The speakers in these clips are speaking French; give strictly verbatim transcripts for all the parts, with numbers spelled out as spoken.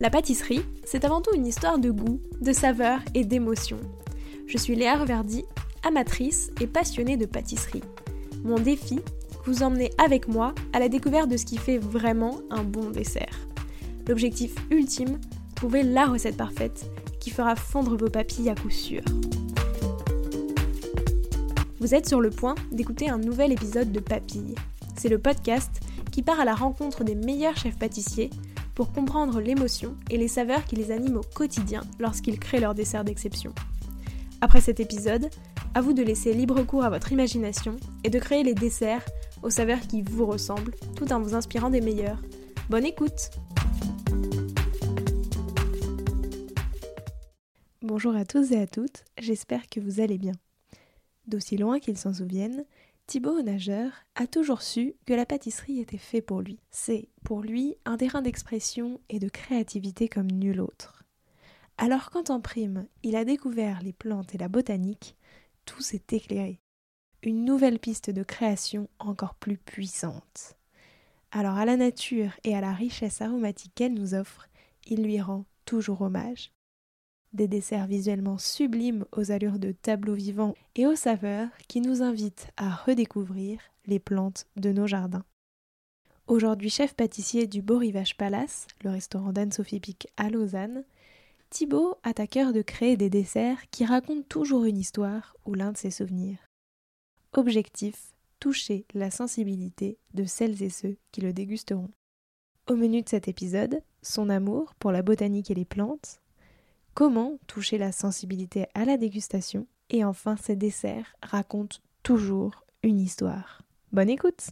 La pâtisserie, c'est avant tout une histoire de goût, de saveur et d'émotion. Je suis Léa Reverdy, amatrice et passionnée de pâtisserie. Mon défi, vous emmener avec moi à la découverte de ce qui fait vraiment un bon dessert. L'objectif ultime, trouver la recette parfaite qui fera fondre vos papilles à coup sûr. Vous êtes sur le point d'écouter un nouvel épisode de Papilles. C'est le podcast qui part à la rencontre des meilleurs chefs pâtissiers pour comprendre l'émotion et les saveurs qui les animent au quotidien lorsqu'ils créent leurs desserts d'exception. Après cet épisode, à vous de laisser libre cours à votre imagination et de créer les desserts aux saveurs qui vous ressemblent, tout en vous inspirant des meilleurs. Bonne écoute! Bonjour à tous et à toutes, j'espère que vous allez bien. D'aussi loin qu'il s'en souvienne, Thibaut Nageur a toujours su que la pâtisserie était fait pour lui. C'est, pour lui, un terrain d'expression et de créativité comme nul autre. Alors quand en prime, il a découvert les plantes et la botanique, tout s'est éclairé. Une nouvelle piste de création encore plus puissante. Alors à la nature et à la richesse aromatique qu'elle nous offre, il lui rend toujours hommage. Des desserts visuellement sublimes aux allures de tableaux vivants et aux saveurs qui nous invitent à redécouvrir les plantes de nos jardins. Aujourd'hui chef pâtissier du Beau Rivage Palace, le restaurant d'Anne-Sophie Pic à Lausanne, Thibaut a à cœur de créer des desserts qui racontent toujours une histoire ou l'un de ses souvenirs. Objectif, toucher la sensibilité de celles et ceux qui le dégusteront. Au menu de cet épisode, son amour pour la botanique et les plantes, comment toucher la sensibilité à la dégustation, et enfin ces desserts racontent toujours une histoire. Bonne écoute!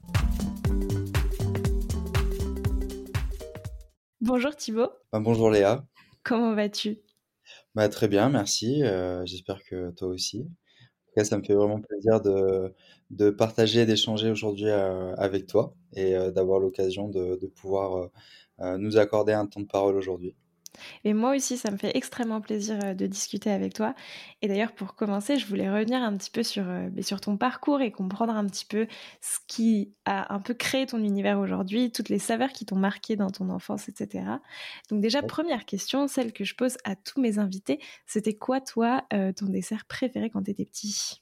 Bonjour Thibaut. Ah, bonjour Léa. Comment vas-tu? Bah, très bien, merci. Euh, j'espère que toi aussi. En tout cas, ça me fait vraiment plaisir de, de partager et d'échanger aujourd'hui euh, avec toi et euh, d'avoir l'occasion de, de pouvoir euh, euh, nous accorder un temps de parole aujourd'hui. Et moi aussi, ça me fait extrêmement plaisir euh, de discuter avec toi. Et d'ailleurs, pour commencer, je voulais revenir un petit peu sur, euh, sur ton parcours et comprendre un petit peu ce qui a un peu créé ton univers aujourd'hui, toutes les saveurs qui t'ont marqué dans ton enfance, et cetera. Donc déjà, Ouais. première question, celle que je pose à tous mes invités, c'était quoi, toi, euh, ton dessert préféré quand t'étais petit?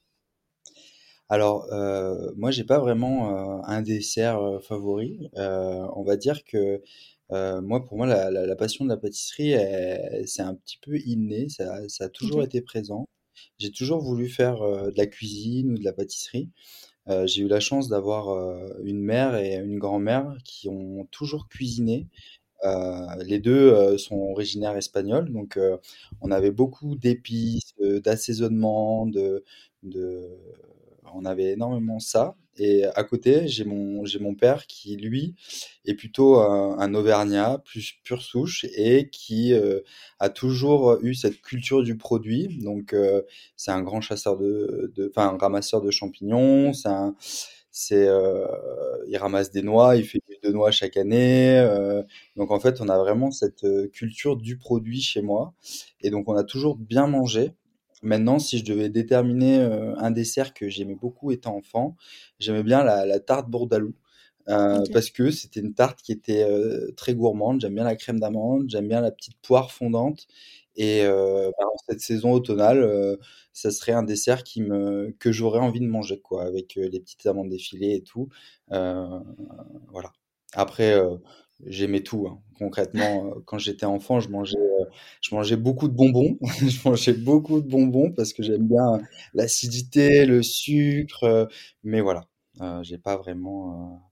Alors, euh, moi, j'ai pas vraiment euh, un dessert euh, favori. Euh, on va dire que euh, moi, pour moi, la, la- la passion de la pâtisserie, elle- c'est un petit peu inné. Ça, ça a toujours Ok. été présent. J'ai toujours voulu faire euh, de la cuisine ou de la pâtisserie. Euh, j'ai eu la chance d'avoir euh, une mère et une grand-mère qui ont toujours cuisiné. Euh, les deux euh, sont originaires espagnols, donc euh, on avait beaucoup d'épices, euh, d'assaisonnement, de, de, on avait énormément ça. Et à côté, j'ai mon, j'ai mon père qui, lui, est plutôt un, un Auvergnat, plus pure souche, et qui euh, a toujours eu cette culture du produit. Donc, euh, c'est un grand chasseur de, de, enfin, un ramasseur de champignons. C'est un, c'est, euh, il ramasse des noix, il fait du de noix chaque année. Euh, donc, en fait, on a vraiment cette euh, culture du produit chez moi. Et donc, on a toujours bien mangé. Maintenant, si je devais déterminer euh, un dessert que j'aimais beaucoup étant enfant, j'aimais bien la, la tarte bourdaloue. Euh, Ok. parce que c'était une tarte qui était euh, très gourmande. J'aime bien la crème d'amande, j'aime bien la petite poire fondante. Et euh, bah, en cette saison automnale, euh, ça serait un dessert qui me, que j'aurais envie de manger, quoi, avec euh, les petites amandes effilées et tout. Euh, voilà. Après, euh, j'aimais tout, hein. Concrètement, euh, quand j'étais enfant, je mangeais, euh, je mangeais beaucoup de bonbons. Je mangeais beaucoup de bonbons parce que j'aime bien l'acidité, le sucre. Euh, mais voilà, euh, j'ai pas vraiment euh,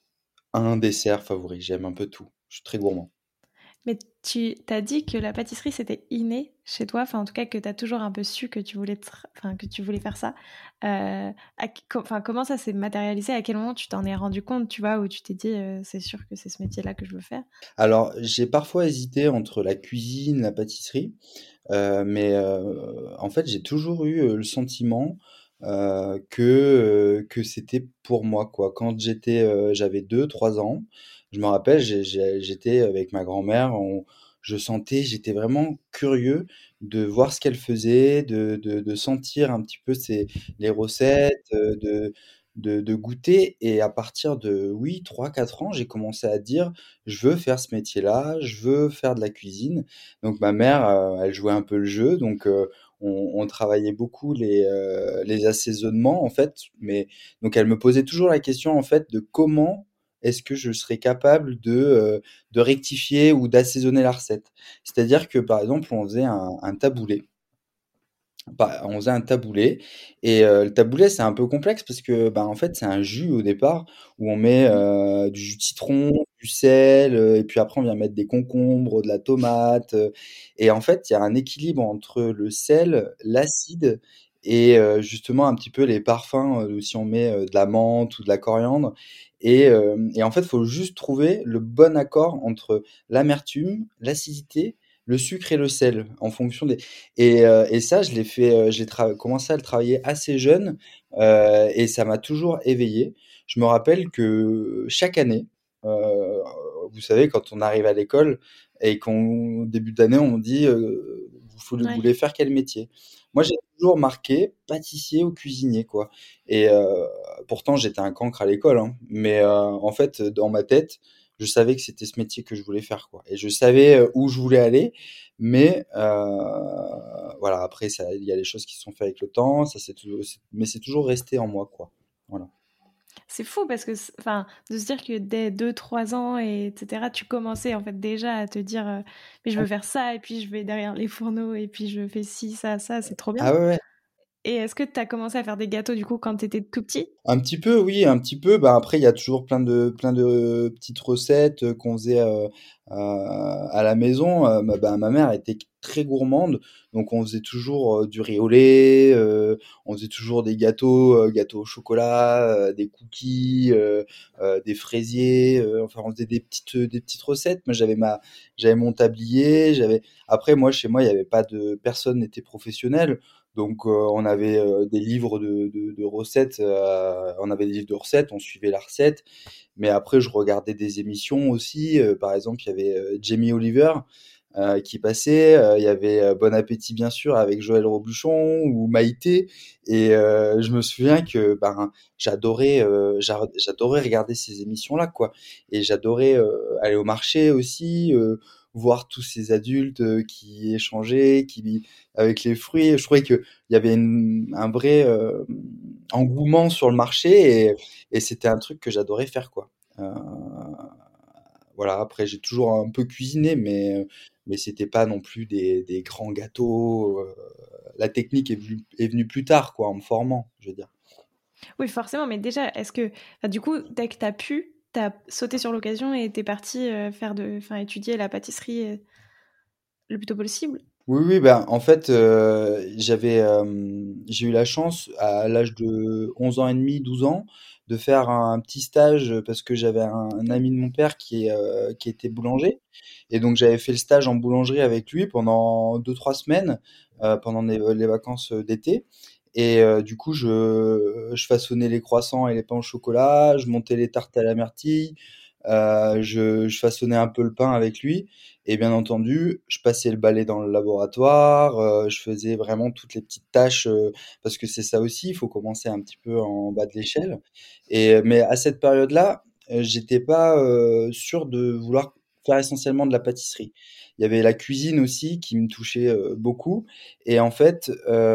un dessert favori. J'aime un peu tout. Je suis très gourmand. Mais tu t'as dit que la pâtisserie c'était inné chez toi, enfin en tout cas que tu as toujours un peu su que tu voulais, tra- enfin, que tu voulais faire ça. Euh, à- co- enfin, comment ça s'est matérialisé? À quel moment tu t'en es rendu compte, tu vois, où tu t'es dit euh, c'est sûr que c'est ce métier-là que je veux faire? Alors, j'ai parfois hésité entre la cuisine, la pâtisserie. Heu, mais heu, en fait, j'ai toujours eu, heu, le sentiment, heu, que, heu, que c'était pour moi, quoi. Quand j'étais, heu, j'avais deux trois ans, je me rappelle, j'ai j'ai j'étais avec ma grand-mère, on je sentais j'étais vraiment curieux de voir ce qu'elle faisait, de de de sentir un petit peu ses les recettes, heu, de de de goûter et à partir de, oui, trois quatre ans, j'ai commencé à dire: «Je veux faire ce métier-là, je veux faire de la cuisine». Donc ma mère, heu, elle jouait un peu le jeu, donc heu, on on travaillait beaucoup les, heu, les assaisonnements, en fait, mais donc elle me posait toujours la question, en fait, de comment est-ce que je serais capable de, heu, de rectifier ou d'assaisonner la recette? C'est-à-dire que, par exemple, on faisait un un taboulé. Bah, on faisait un taboulé et heu, le taboulé, c'est un peu complexe parce que, bah, en fait, c'est un jus au départ où on met, Mmh. heu, du jus de citron, du sel, heu et puis après on vient mettre des concombres, de la tomate, heu et en fait, il y a un équilibre entre le sel, l'acide et heu, justement un petit peu les parfums, heu, si on met, heu, de la menthe ou de la coriandre et hem et en fait, il faut juste trouver le bon accord entre l'amertume, l'acidité, le sucre et le sel en fonction des et heu et ça, je l'ai fait, heu, j'ai tra commencé à le travailler assez jeune, heu et ça m'a toujours éveillé. Je me rappelle que chaque année, heu, vous savez, quand on arrive à l'école et qu'on début d'année, on dit, heu: «Vous fou vous Ouais. voulez faire quel métier?» Moi, j'ai toujours marqué pâtissier ou cuisinier, quoi et heu, pourtant j'étais un cancre à l'école, hein, mais heu, en fait, dans ma tête, je savais que c'était ce métier que je voulais faire, quoi et je savais, heu, où je voulais aller mais heu, voilà, après ça il y a les choses qui se sont faites avec le temps, ça c'est toujours c'est mais c'est toujours resté en moi, quoi. Voilà. C'est fou parce que c enfin, de se dire que dès deux trois ans et etc., tu commençais en fait déjà à te dire, heu: «Mais je veux faire ça et puis je vais derrière les fourneaux et puis je fais ci, ça, ça», c'est trop bien. Ah ouais, ouais. Et est-ce que tu as commencé à faire des gâteaux du coup quand tu étais tout petit? Un petit peu, oui, un petit peu. Bah, après, il y a toujours plein de plein de petites recettes, heu, qu'on faisait, heu, heu, à la maison. Heu, ma bah, ma mère était très gourmande, donc on faisait toujours, heu, du riz au lait, heu, on faisait toujours des gâteaux, heu, gâteaux au chocolat, heu, des cookies, heu, heu, des fraisiers, heu, enfin, on faisait des petites, des petites recettes. Moi, j'avais ma j'avais mon tablier, j'avais après moi, chez moi, il y avait pas de personne n'était professionnel. Donc, heu, on avait, heu, des livres de de de recettes, heu, on avait des livres de recettes, on suivait la recette. Mais après, je regardais des émissions aussi, heu, par exemple, il y avait, heu, Jamie Oliver, heu, qui passait, heu, il y avait, heu, Bon appétit bien sûr avec Joël Robuchon ou Maïté et heu, je me souviens que, ben, j'adorais, heu, j'a j'adorais regarder ces émissions-là, quoi et j'adorais, heu, aller au marché aussi, heu, voir tous ces adultes, heu, qui échangeaient, qui avec les fruits. Je trouvais qu'il y avait une un vrai, hem, engouement sur le marché et et c'était un truc que j'adorais faire, quoi. Heu, voilà, après j'ai toujours un peu cuisiné, mais heu, mais c'était pas non plus des des grands gâteaux, heu, la technique est venue est venue plus tard, quoi, en me formant, je veux dire. Oui, forcément, mais déjà, est-ce que enfin, du coup, dès que tu as pu, tu as sauté sur l'occasion et tu es parti, heu, faire de enfin, étudier la pâtisserie, heu, le plus tôt possible? Oui, oui, bah, en fait, heu, j'avais, hem, j'ai eu la chance à l'âge de onze ans et demi, douze ans, de faire un petit stage, heu, parce que j'avais un un ami de mon père qui est, heu, qui était boulanger et donc j'avais fait le stage en boulangerie avec lui pendant deux trois semaines, heu, pendant les les vacances, heu, d'été et heu, du coup, je je façonnais les croissants et les pains au chocolat, je montais les tartes à la myrtille, heu, je je façonnais un peu le pain avec lui et bien entendu, je passais le balai dans le laboratoire, heu, je faisais vraiment toutes les petites tâches, heu, parce que c'est ça aussi, il faut commencer un petit peu en bas de l'échelle et mais à cette période-là, heu, j'étais pas, heu, sûr de vouloir faire essentiellement de la pâtisserie. Il y avait la cuisine aussi qui me touchait, heu, beaucoup et en fait,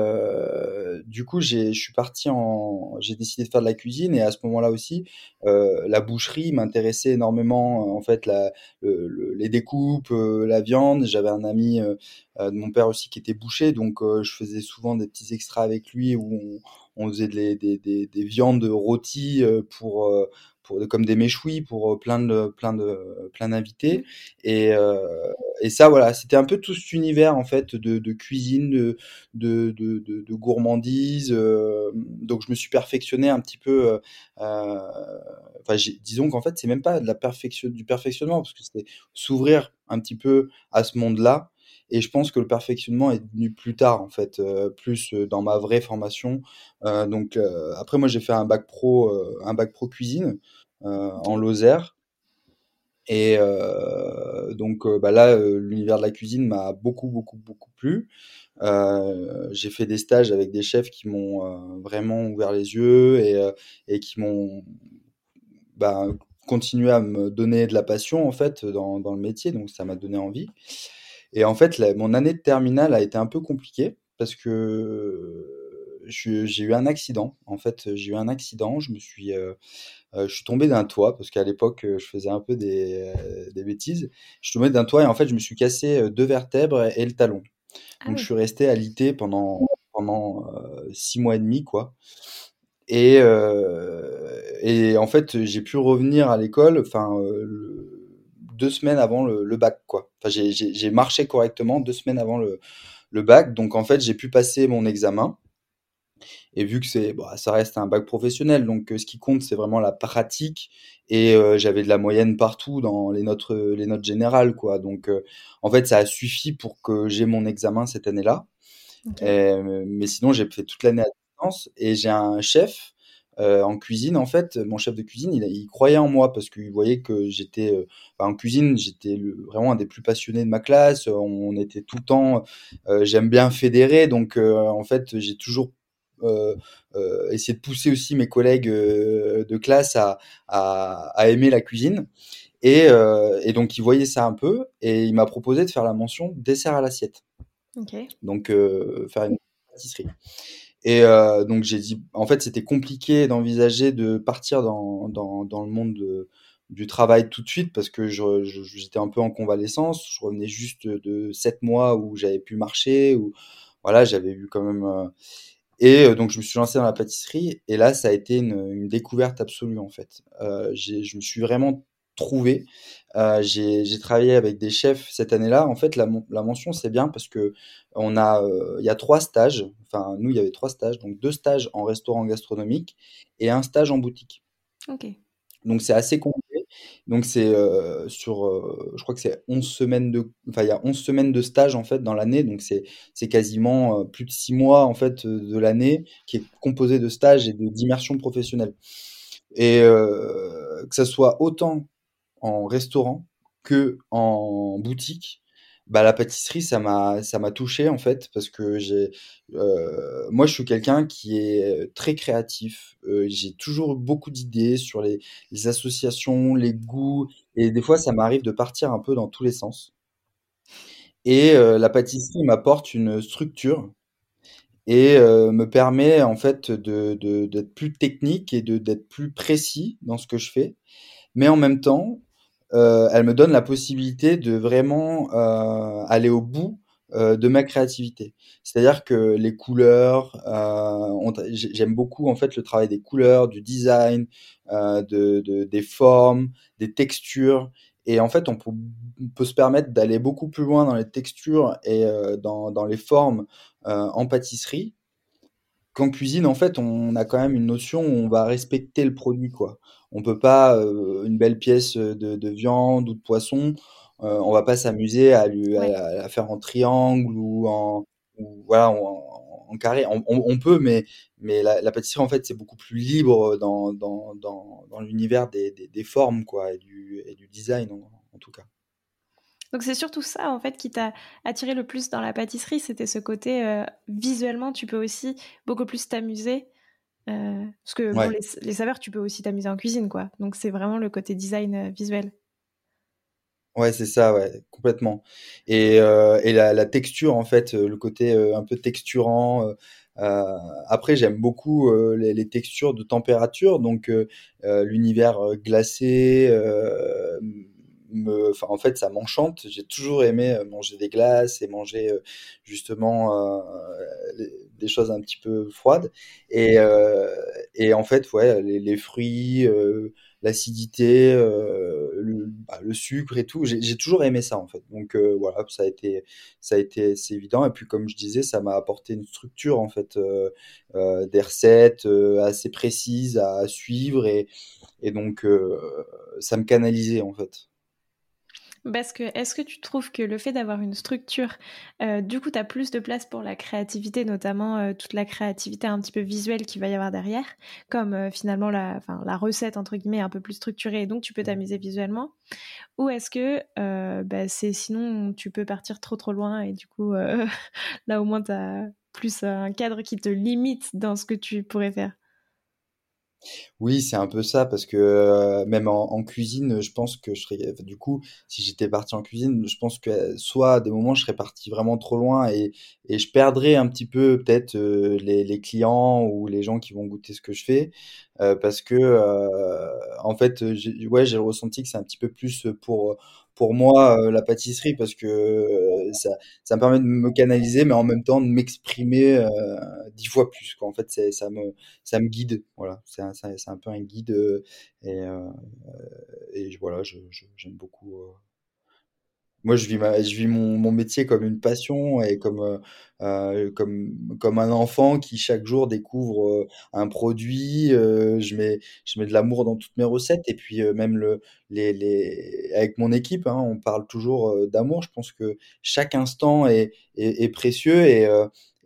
heu, du coup, j'ai je suis parti en j'ai décidé de faire de la cuisine et à ce moment-là aussi, heu, la boucherie m'intéressait énormément, heu, en fait, la le le les découpes, heu, la viande. J'avais un ami, heu heu, de mon père aussi qui était boucher, donc heu, je faisais souvent des petits extras avec lui où on on faisait des des des des viandes rôties, heu, pour, heu, pour comme des méchouis pour, heu, plein de plein de plein d'invités Mmh. et heu et ça voilà, c'était un peu tout cet univers en fait de de cuisine, de de de de de gourmandise, hem, donc je me suis perfectionné un petit peu, heu heu, enfin j'ai disons qu'en fait, c'est même pas de la perfection du perfectionnement parce que c'est s'ouvrir un petit peu à ce monde-là et je pense que le perfectionnement est venu plus tard en fait, heu, plus, heu, dans ma vraie formation, heu, donc heu, après moi j'ai fait un bac pro, heu, un bac pro cuisine, heu, en OK. Lozère Et heu, donc heu, bah, là, heu, l'univers de la cuisine m'a beaucoup, beaucoup, beaucoup plu. Heu, j'ai fait des stages avec des chefs qui m'ont, heu, vraiment ouvert les yeux et heu et qui m'ont, bah, continué à me donner de la passion, en fait, dans dans le métier, donc ça m'a donné envie. Et en fait, la mon année de terminale a été un peu compliquée parce que je j'ai eu un accident. En fait, j'ai eu un accident, je me suis, heu heu, je suis tombé d'un toit parce qu'à l'époque, heu, je faisais un peu des, heu, des bêtises. Je suis tombé d'un toit et en fait, je me suis cassé, heu, deux vertèbres et le talon. Ah Donc je oui. suis resté alité pendant pendant, heu, six mois et demi, quoi. Et heu et en fait, j'ai pu revenir à l'école, enfin, heu, le deux semaines avant le le bac, quoi. Enfin, j'ai j'ai j'ai marché correctement deux semaines avant le le bac, donc en fait, j'ai pu passer mon examen. Et vu que c'est, bah, ça reste un bac professionnel, donc heu, ce qui compte, c'est vraiment la pratique. Et heu, j'avais de la moyenne partout dans les notes, heu, les notes générales, quoi. Donc heu, en fait, ça a suffi pour que j'ai mon examen cette année-là. Ok. Heu, mais sinon, j'ai fait toute l'année à distance et j'ai un chef, heu, en cuisine, en fait, mon chef de cuisine, il a il croyait en moi parce qu'il voyait que j'étais, heu, bah, en cuisine, j'étais le vraiment un des plus passionnés de ma classe. On était tout le temps, heu, j'aime bien fédérer, donc heu, en fait, j'ai toujours, heu heu, essayé de pousser aussi mes collègues, heu, de classe à à à aimer la cuisine. Et heu et donc il voyait ça un peu et il m'a proposé de faire la mention dessert à l'assiette, Ok. donc heu, faire une pâtisserie. Et heu, donc j'ai dit, en fait, c'était compliqué d'envisager de partir dans dans dans le monde de du travail tout de suite parce que je je j'étais un peu en convalescence. Je revenais juste de sept mois où j'avais pu marcher, où voilà, j'avais eu quand même, heu et heu, donc je me suis lancé dans la pâtisserie et là, ça a été une une découverte absolue, en fait. Heu, j'ai je me suis vraiment trouvé. Heu, j'ai j'ai travaillé avec des chefs cette année-là. En fait, la men la mention, c'est bien parce qu'on a, heu, il y a trois stages. Enfin, nous, il y avait trois stages, donc deux stages en restaurant gastronomique et un stage en boutique. Ok. Donc c'est assez complet. Donc c'est, heu, sur, heu, je crois que c'est onze semaines de enfin, il y a onze semaines de stage, en fait, dans l'année, donc c'est c'est quasiment, heu, plus de six mois, en fait, heu, de l'année qui est composé de stages et de d'immersion professionnelle. Et heu, que ça soit autant en restaurant que en boutique, bah, la pâtisserie, ça m'a ça m'a touché, en fait, parce que j'ai, heu, moi, je suis quelqu'un qui est très créatif. Heu, j'ai toujours beaucoup d'idées sur les les associations, les goûts et des fois, ça m'arrive de partir un peu dans tous les sens. Et heu, la pâtisserie m'apporte une structure et heu, me permet, en fait, de de d'être plus technique et de d'être plus précis dans ce que je fais. Mais en même temps, heu, elle me donne la possibilité de vraiment, heu, aller au bout, heu, de ma créativité. C'est-à-dire que les couleurs, heu, on t j'ai j'aime beaucoup, en fait, le travail des couleurs, du design, heu, de de des formes, des textures. Et en fait, on peut on peut se permettre d'aller beaucoup plus loin dans les textures et heu, dans dans les formes, heu, en pâtisserie. Qu'en cuisine, en fait, on a quand même une notion où on va respecter le produit, quoi. On peut pas, heu, une belle pièce, de de viande ou de poisson, heu, on va pas s'amuser à lui à Ouais. la à la faire en triangle ou en ou voilà, ou en en carré. On on on peut, mais mais la la pâtisserie, en fait, c'est beaucoup plus libre dans dans dans dans l'univers des des des formes, quoi, et du et du design, en en tout cas. Donc c'est surtout ça, en fait, qui t'a attiré le plus dans la pâtisserie, c'était ce côté, heu, visuellement, tu peux aussi beaucoup plus t'amuser, heu, parce que bon, Ouais. les s les saveurs, tu peux aussi t'amuser en cuisine, quoi. Donc c'est vraiment le côté design, heu, visuel. Ouais, c'est ça, ouais, complètement. Et heu et la la texture, en fait, heu, le côté, heu, un peu texturant, heu heu, après j'aime beaucoup, heu, les les textures de température, donc heu heu, l'univers, heu, glacé, heu, me enfin, en fait, ça m'enchante. J'ai toujours aimé, heu, manger des glaces et manger, heu, justement, heu, les des choses un petit peu froides. Et heu et en fait, ouais, les les fruits, heu l'acidité, heu, le bah, le sucre et tout. J'ai j'ai toujours aimé ça, en fait. Donc heu, voilà, ça a été ça a été c'est évident. Et puis comme je disais, ça m'a apporté une structure, en fait, heu heu, des recettes, heu, assez précises à suivre. Et et donc heu, ça me canalisait, en fait. Parce que est-ce que tu trouves que le fait d'avoir une structure, heu, du coup, tu as plus de place pour la créativité, notamment, heu, toute la créativité un petit peu visuelle qu'il va y avoir derrière, comme, heu, finalement la enfin «la recette» entre guillemets est un peu plus structurée et donc tu peux t'amuser visuellement? Ou est-ce que, heu, bah, c'est sinon tu peux partir trop, trop loin et du coup, heu, là au moins tu as plus un cadre qui te limite dans ce que tu pourrais faire? Oui, c'est un peu ça parce que, heu, même en en cuisine, je pense que je serais enfin, du coup, si j'étais parti en cuisine, je pense que soit à des moments, je serais parti vraiment trop loin et et je perdrais un petit peu peut-être, heu, les les clients ou les gens qui vont goûter ce que je fais, heu, parce que, heu, en fait, j'ai ouais, j'ai ressenti que c'est un petit peu plus, pour, pour moi, heu, la pâtisserie parce que, heu, ça ça me permet de me canaliser, mais en même temps de m'exprimer, heu, dix fois plus, quoi. En fait, c'est ça me ça me guide, voilà. C'est un c'est c'est un peu un guide, heu et heu et j voilà, je je j'aime beaucoup, heu moi, je vis ma je vis mon mon métier comme une passion et comme, heu heu, comme comme un enfant qui chaque jour découvre, heu, un produit, heu, je mets je mets de l'amour dans toutes mes recettes et puis, heu, même le les les avec mon équipe, hein, on parle toujours, heu, d'amour. Je pense que chaque instant est est est précieux et heu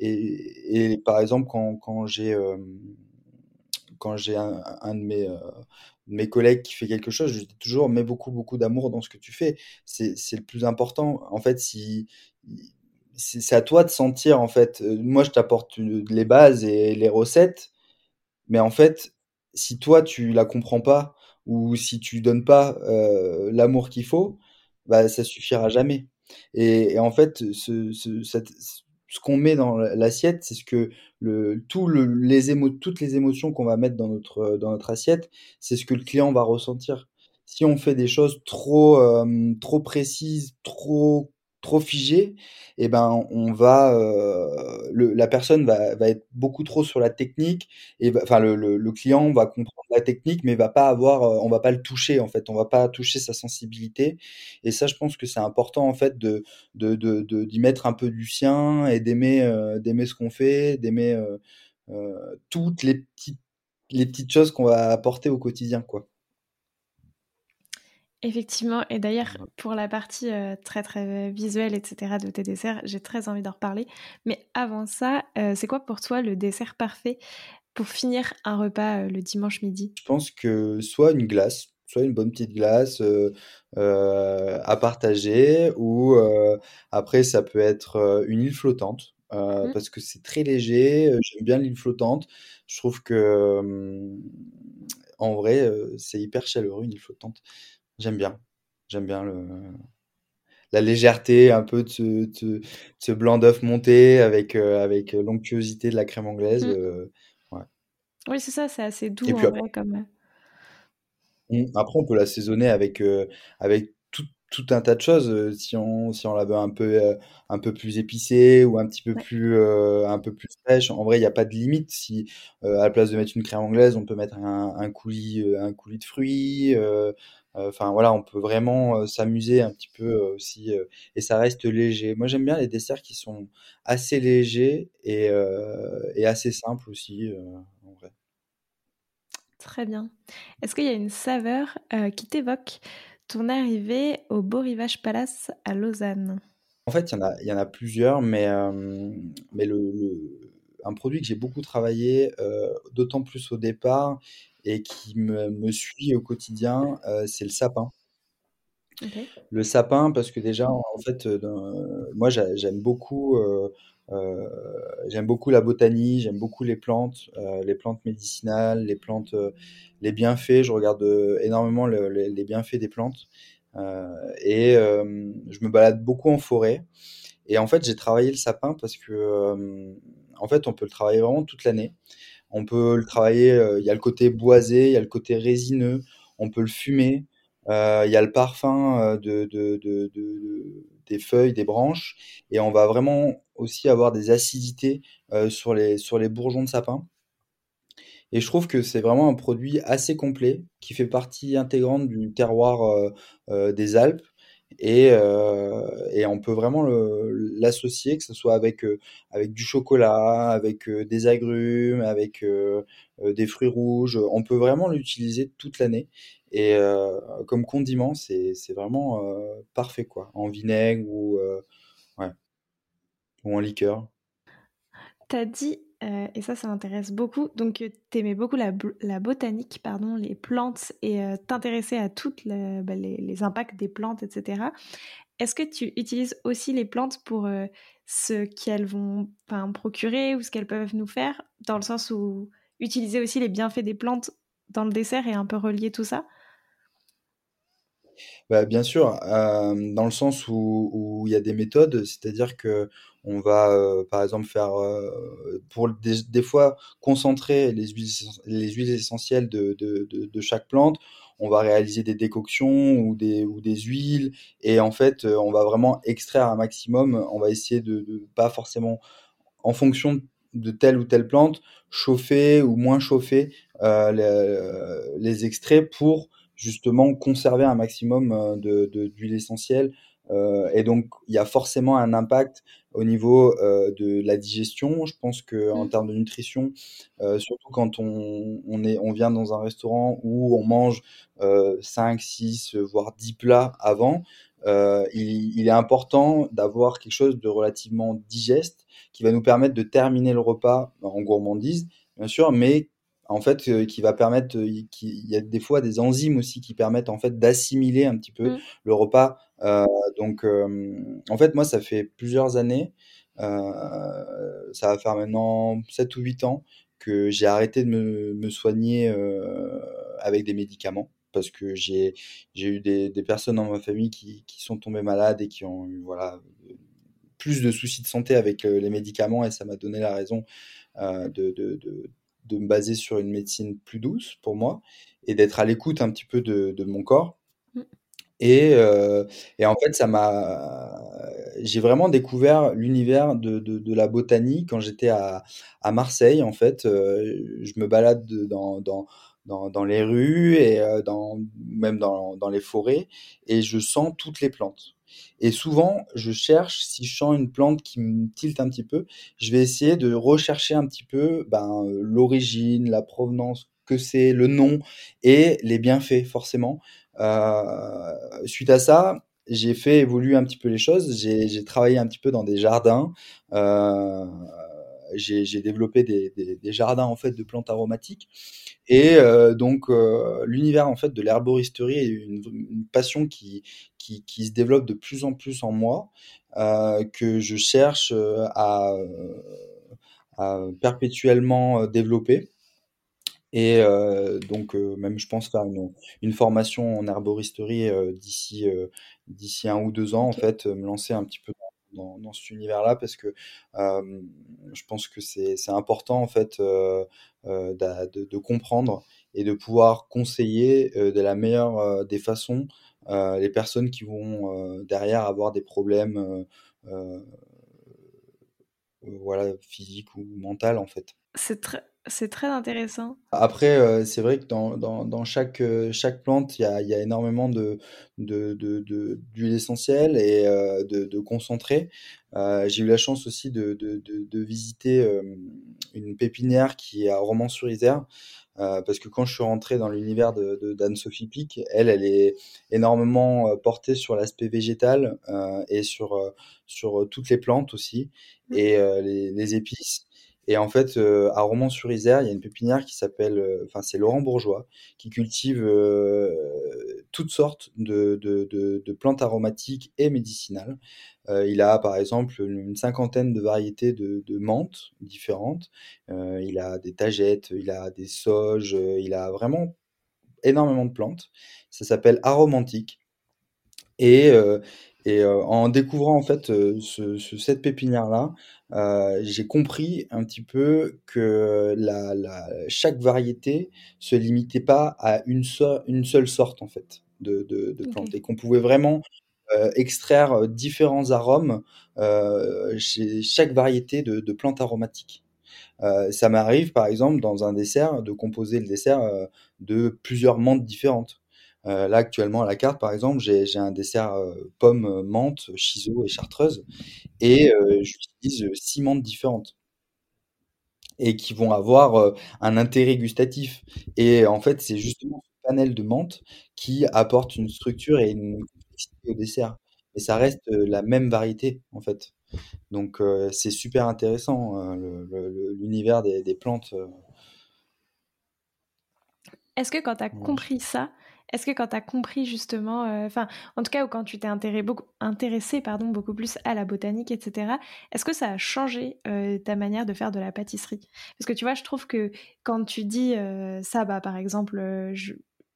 et et par exemple, quand quand j'ai, hem, quand j'ai un un de mes, heu, de mes collègues qui fait quelque chose, je lui dis toujours: «Mets beaucoup, beaucoup d'amour dans ce que tu fais». C'est c'est le plus important. En fait, si i c'est c'est à toi de sentir, en fait, heu, moi, je t'apporte, heu, les bases et les recettes, mais en fait, si toi, tu la comprends pas ou si tu donnes pas, heu, l'amour qu'il faut, bah, ça suffira jamais et et en fait, ce ce cette c ce qu'on met dans l'a l'assiette, c'est ce que le tout le les émo toutes les émotions qu'on va mettre dans notre, heu, dans notre assiette, c'est ce que le client va ressentir. Si on fait des choses trop, hem, trop précises, trop trop figées et ben, on va, heu, le la personne va va être beaucoup trop sur la technique et va enfin le le le client va comprendre la technique, mais va pas avoir, heu, on va pas le toucher, en fait, on va pas toucher sa sensibilité et ça, je pense que c'est important, en fait, de de de de d'y mettre un peu du sien et d'aimer, heu, d'aimer ce qu'on fait, d'aimer, heu heu, toutes les petites les petites choses qu'on va apporter au quotidien, quoi. Effectivement et d'ailleurs Voilà. pour la partie, heu, très, très visuelle et cetera de tes desserts, j'ai très envie d'en reparler. Mais avant ça, heu, c'est quoi pour toi le dessert parfait pour finir un repas, heu, le dimanche midi? Je pense que soit une glace, soit une bonne petite glace, heu heu, à partager ou heu, après ça peut être, heu, une île flottante, heu, Mmh. parce que c'est très léger, heu, j'aime bien l'île flottante. Je trouve que, hem, en vrai, heu, c'est hyper chaleureux une île flottante. J'aime bien. J'aime bien le la légèreté un peu de ce de ce de ce blanc d'œuf monté avec, heu, avec, heu, l'onctuosité de la crème anglaise, Mmh. heu, ouais Oui, c'est ça, c'est assez et doux puis en après vrai comme, heu mmh, après on peut l'assaisonner avec, heu, avec tout tout un tas de choses, heu, si on si on la veut un peu, heu, un peu plus épicée ou un petit peu ouais. plus, heu, un peu plus fraîche. En vrai, il y a pas de limite. Si, heu, à la place de mettre une crème anglaise, on peut mettre un un coulis, heu, un coulis de fruits, heu heu, enfin voilà, on peut vraiment, heu, s'amuser un petit peu, heu, aussi, heu et ça reste léger. Moi, j'aime bien les desserts qui sont assez légers et heu et assez simples aussi, heu, en vrai. Très bien. Est-ce qu'il y a une saveur, heu, qui t'évoque ton arrivée au Beau Rivage Palace à Lausanne? En fait, il y en a il y en a plusieurs, mais hem, mais le le un produit que j'ai beaucoup travaillé, heu, d'autant plus au départ et qui me me suit au quotidien, heu, c'est le sapin. OK. Le sapin parce que déjà, en fait, heu, dans moi j'a j'aime beaucoup, heu heu, j'aime beaucoup la botanie, j'aime beaucoup les plantes, heu, les plantes médicinales, les plantes, heu, les bienfaits. Je regarde, heu, énormément le les les bienfaits des plantes, heu et hem, je me balade beaucoup en forêt et en fait, j'ai travaillé le sapin parce que, hem, en fait, on peut le travailler vraiment toute l'année. On peut le travailler, heu, il y a le côté boisé, il y a le côté résineux, on peut le fumer, heu, il y a le parfum, heu, de de de de des feuilles, des branches et on va vraiment aussi avoir des acidités, heu, sur les sur les bourgeons de sapin et je trouve que c'est vraiment un produit assez complet qui fait partie intégrante du terroir, heu heu, des Alpes et heu et on peut vraiment le l'associer, que ce soit avec, heu, avec du chocolat, avec, heu, des agrumes, avec, heu heu, des fruits rouges. On peut vraiment l'utiliser toute l'année et heu, comme condiment, c'est c'est vraiment, heu, parfait, quoi, en vinaigre ou heu, ouais, ou en liqueur. Tu as dit, heu et ça, ça m'intéresse beaucoup, donc heu, tu aimais beaucoup la bl la botanique, pardon, les plantes et heu, t'intéresser à toutes le bah, les les impacts des plantes et cetera. Est-ce que tu utilises aussi les plantes pour, heu, ce qu'elles vont, enfin, procurer ou ce qu'elles peuvent nous faire? Dans le sens où utiliser aussi les bienfaits des plantes dans le dessert et un peu relier tout ça? Bah, bien sûr, hem, dans le sens où où il y a des méthodes, c'est-à-dire qu'on va, heu, par exemple faire, heu, pour des des fois concentrer les huiles essen les huiles essentielles de de de de chaque plante, on va réaliser des décoctions ou des ou des huiles et en fait, heu, on va vraiment extraire un maximum. On va essayer de de pas forcément en fonction de telle ou telle plante, chauffer ou moins chauffer euh, les, les extraits pour justement conserver un maximum euh, de, de- d'huile essentielle. Euh, et donc, il y a forcément un impact au niveau euh, de la digestion. Je pense que en Mmh. termes de nutrition, euh, surtout quand on, on est, on vient dans un restaurant où on mange euh, cinq, six, voire dix plats avant, euh, il, il est important d'avoir quelque chose de relativement digeste qui va nous permettre de terminer le repas en gourmandise, bien sûr, mais en fait, euh, qui va permettre, euh, qui, il y a des fois des enzymes aussi qui permettent en fait d'assimiler un petit peu Mmh. le repas. Euh, donc, euh, en fait, moi, ça fait plusieurs années, euh, ça va faire maintenant sept ou huit ans que j'ai arrêté de me, me soigner euh, avec des médicaments. Parce que j'ai j'ai eu des, des personnes dans ma famille qui, qui sont tombées malades et qui ont eu voilà, plus de soucis de santé avec euh, les médicaments et ça m'a donné la raison euh, de, de, de, de me baser sur une médecine plus douce pour moi et d'être à l'écoute un petit peu de, de mon corps. Mmh. Et, euh, et en fait, ça m'a, j'ai vraiment découvert l'univers de, de, de la botanie quand j'étais à, à Marseille. En fait, euh, je me balade dans, dans, dans, dans les rues et euh, dans, même dans, dans les forêts et je sens toutes les plantes. Et souvent, je cherche, si je sens une plante qui me tilte un petit peu, je vais essayer de rechercher un petit peu ben, euh, l'origine, la provenance, que c'est, le nom et les bienfaits, forcément. Euh, suite à ça, j'ai fait évoluer un petit peu les choses. J'ai j'ai travaillé un petit peu dans des jardins. Euh, j'ai j'ai développé des, des, des jardins en fait de plantes aromatiques. Et euh, donc euh, l'univers en fait de l'herboristerie est une, une passion qui, qui qui se développe de plus en plus en moi, euh, que je cherche euh, à, à perpétuellement euh, développer. Et euh, donc, euh, même, je pense faire une, une formation en herboristerie euh, d'ici euh, d'ici un ou deux ans, en OK. fait, euh, me lancer un petit peu dans, dans, dans cet univers-là, parce que euh, je pense que c'est c'est important, en fait, euh, euh, d'a- de, de comprendre et de pouvoir conseiller euh, de la meilleure euh, des façons euh, les personnes qui vont euh, derrière avoir des problèmes euh, euh, voilà, physiques ou mentaux, en fait. C'est très c'est très intéressant. Après, heu, c'est vrai que dans dans dans chaque, heu, chaque plante, il y a il y a énormément de de de de d'huiles essentielles et heu, de de concentrés. Heu, j'ai eu la chance aussi de de de de visiter, hem, une pépinière qui est à Romans-sur-Isère, heu, parce que quand je suis rentré dans l'univers de de d'Anne-Sophie Pic, elle, elle est énormément, heu, portée sur l'aspect végétal, heu et sur, heu, sur, heu, toutes les plantes aussi Mmh. et heu, les les épices et en fait, heu, à Romans-sur-Isère, il y a une pépinière qui s'appelle, heu, enfin, c'est Laurent Bourgeois, qui cultive, heu, toutes sortes de de de de plantes aromatiques et médicinales. Heu, il a, par exemple, une cinquantaine de variétés de de menthes différentes. Heu, il a des tagettes, il a des sauges, heu, il a vraiment énormément de plantes. Ça s'appelle Aromantique et heu et heu, en découvrant en fait, heu, ce ce cette pépinière-là, heu, j'ai compris un petit peu que la la chaque variété se limitait pas à une seu une seule sorte en fait de de de OK. plantes et qu'on pouvait vraiment, heu, extraire, heu, différents arômes, heu, chez chaque variété de de plantes aromatiques. Heu, ça m'arrive, par exemple, dans un dessert, de composer le dessert, heu, de plusieurs menthes différentes. Heu, là, actuellement, à la carte, par exemple, j'ai j'ai un dessert, heu, pomme, heu, menthe, chiso et chartreuse et heu, j'utilise, heu, six menthes différentes et qui vont avoir, heu, un intérêt gustatif et en fait, c'est justement ce cannelle de menthe qui apporte une structure et une complexité au dessert. Mais ça reste euh, la même variété, en fait. Donc, euh, c'est super intéressant, euh, le- le- le- l'univers des, des plantes. euh, Est-ce que quand tu as voilà. compris ça, est-ce que quand tu as compris justement, euh, enfin, en tout cas, ou quand tu t'es intéressé beaucoup, intéressé, pardon, beaucoup plus à la botanique, et cetera, est-ce que ça a changé euh, ta manière de faire de la pâtisserie? Parce que tu vois, je trouve que quand tu dis euh, ça, bah, par exemple, euh, je-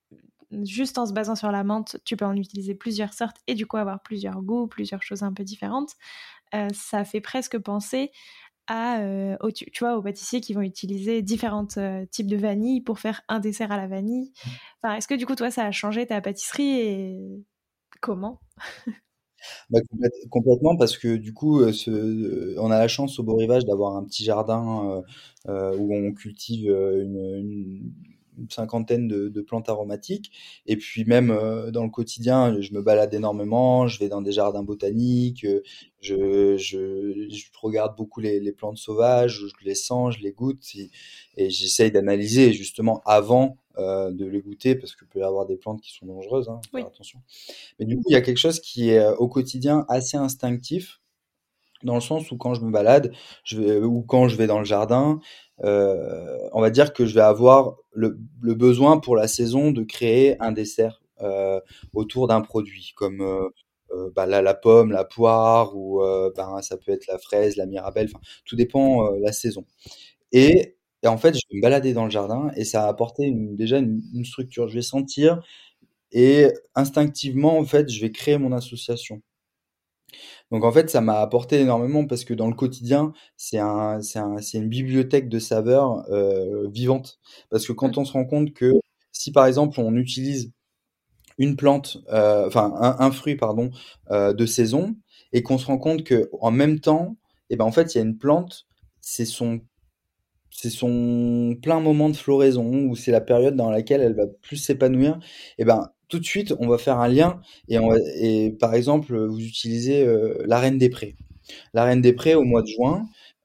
juste en se basant sur la menthe, tu peux en utiliser plusieurs sortes et du coup avoir plusieurs goûts, plusieurs choses un peu différentes. Euh, ça fait presque penser à, euh, au- tu, tu vois, aux pâtissiers qui vont utiliser différents euh, types de vanille pour faire un dessert à la vanille. Enfin, est-ce que du coup, toi, ça a changé ta pâtisserie et comment? Bah, complète- complètement parce que du coup, euh, ce- euh, on a la chance au Beau Rivage d'avoir un petit jardin euh, euh, où on cultive euh, une, une- une cinquantaine de, de plantes aromatiques. Et puis même euh, dans le quotidien, je me balade énormément, je vais dans des jardins botaniques, euh, je, je, je regarde beaucoup les, les plantes sauvages, je les sens, je les goûte et, et j'essaye d'analyser justement avant euh, de les goûter parce qu'il peut y avoir des plantes qui sont dangereuses, hein, faut faire Oui. attention. Mais du coup, il y a quelque chose qui est euh, au quotidien assez instinctif, dans le sens où quand je me balade, je vais, ou quand je vais dans le jardin, euh, on va dire que je vais avoir le, le besoin pour la saison de créer un dessert euh, autour d'un produit, comme euh, euh, bah, là, la pomme, la poire, ou euh, ben, ça peut être la fraise, la mirabelle, enfin, tout dépend euh, la saison. Et, et en fait, je vais me balader dans le jardin et ça a apporté une- déjà une, une structure. Je vais sentir et instinctivement, en fait, je vais créer mon association. Donc en fait, ça m'a apporté énormément parce que dans le quotidien, c'est un, c'est un, c'est une bibliothèque de saveurs euh, vivante. Parce que Mm. quand on se rend compte que si par exemple on utilise une plante, euh, enfin un, un fruit pardon, euh, de saison, et qu'on se rend compte que en même temps, et ben en fait il y a une plante, c'est son c'est son plein moment de floraison ou c'est la période dans laquelle elle va plus s'épanouir, et ben tout de suite on va faire un lien et, on va- et par exemple vous utilisez euh, la reine des prés. La reine des prés au mois de juin,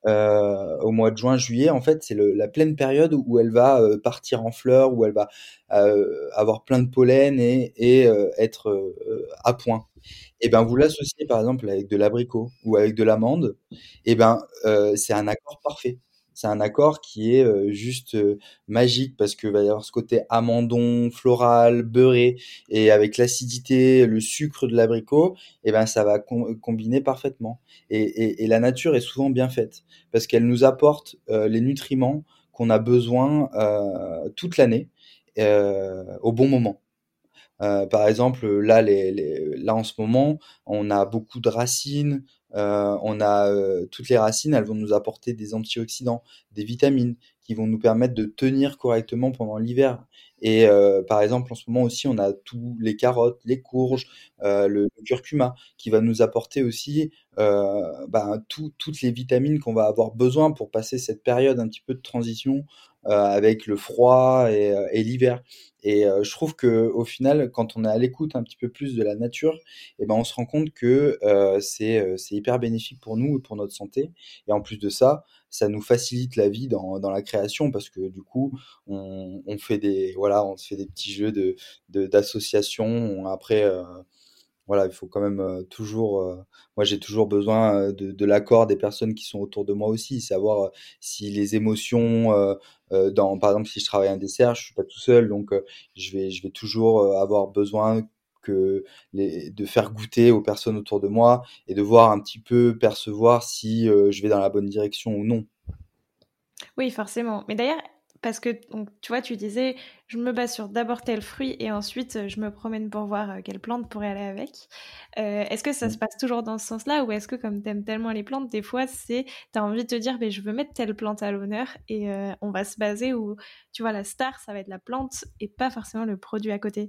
euh, au mois de juin juillet en fait c'est le- la pleine période où elle va euh, partir en fleurs, où elle va euh, avoir plein de pollen et, et euh, être euh, à point. Et ben vous l'associez par exemple avec de l'abricot ou avec de l'amande, et ben euh, c'est un accord parfait. C'est un accord qui est euh, juste euh, magique parce que va y avoir ce côté amandon, floral, beurré, et avec l'acidité, le sucre de l'abricot, et ben ça va com- combiner parfaitement. Et, et- et la nature est souvent bien faite parce qu'elle nous apporte euh, les nutriments qu'on a besoin euh, toute l'année euh, au bon moment. Euh, par exemple, là, les, les- là en ce moment, on a beaucoup de racines. Euh, on a euh, toutes les racines, elles vont nous apporter des antioxydants, des vitamines qui vont nous permettre de tenir correctement pendant l'hiver. Et euh, par exemple, en ce moment aussi, on a tous les carottes, les courges, euh, le, le curcuma qui va nous apporter aussi euh, ben, tout- toutes les vitamines qu'on va avoir besoin pour passer cette période un petit peu de transition euh, avec le froid et, euh, et l'hiver. Et euh, je trouve que au final, quand on est à l'écoute un petit peu plus de la nature, eh ben on se rend compte que euh, c'est euh, c'est hyper bénéfique pour nous et pour notre santé. Et en plus de ça, ça nous facilite la vie dans, dans la création parce que du coup, on, on fait des voilà, on se fait des petits jeux de de- d'association. On- Après, euh, voilà, il faut quand même euh, toujours. euh, moi, j'ai toujours besoin euh, de, de l'accord des personnes qui sont autour de moi aussi, savoir euh, si les émotions, euh, euh, dans, par exemple, si je travaille un dessert, je suis pas tout seul, donc euh, je vais, je vais toujours euh, avoir besoin que les, de faire goûter aux personnes autour de moi et de voir un petit peu percevoir si euh, je vais dans la bonne direction ou non. Oui, forcément. Mais d'ailleurs, parce que donc, tu vois, tu disais, je me base sur d'abord tel fruit et ensuite euh, je me promène pour voir euh, quelle plante pourrait aller avec. Euh, est-ce que ça se passe toujours dans ce sens-là ou est-ce que comme t'aimes tellement les plantes, des fois c'est t'as envie de te dire, mais je veux mettre telle plante à l'honneur et euh, on va se baser où, tu vois, la star, ça va être la plante et pas forcément le produit à côté.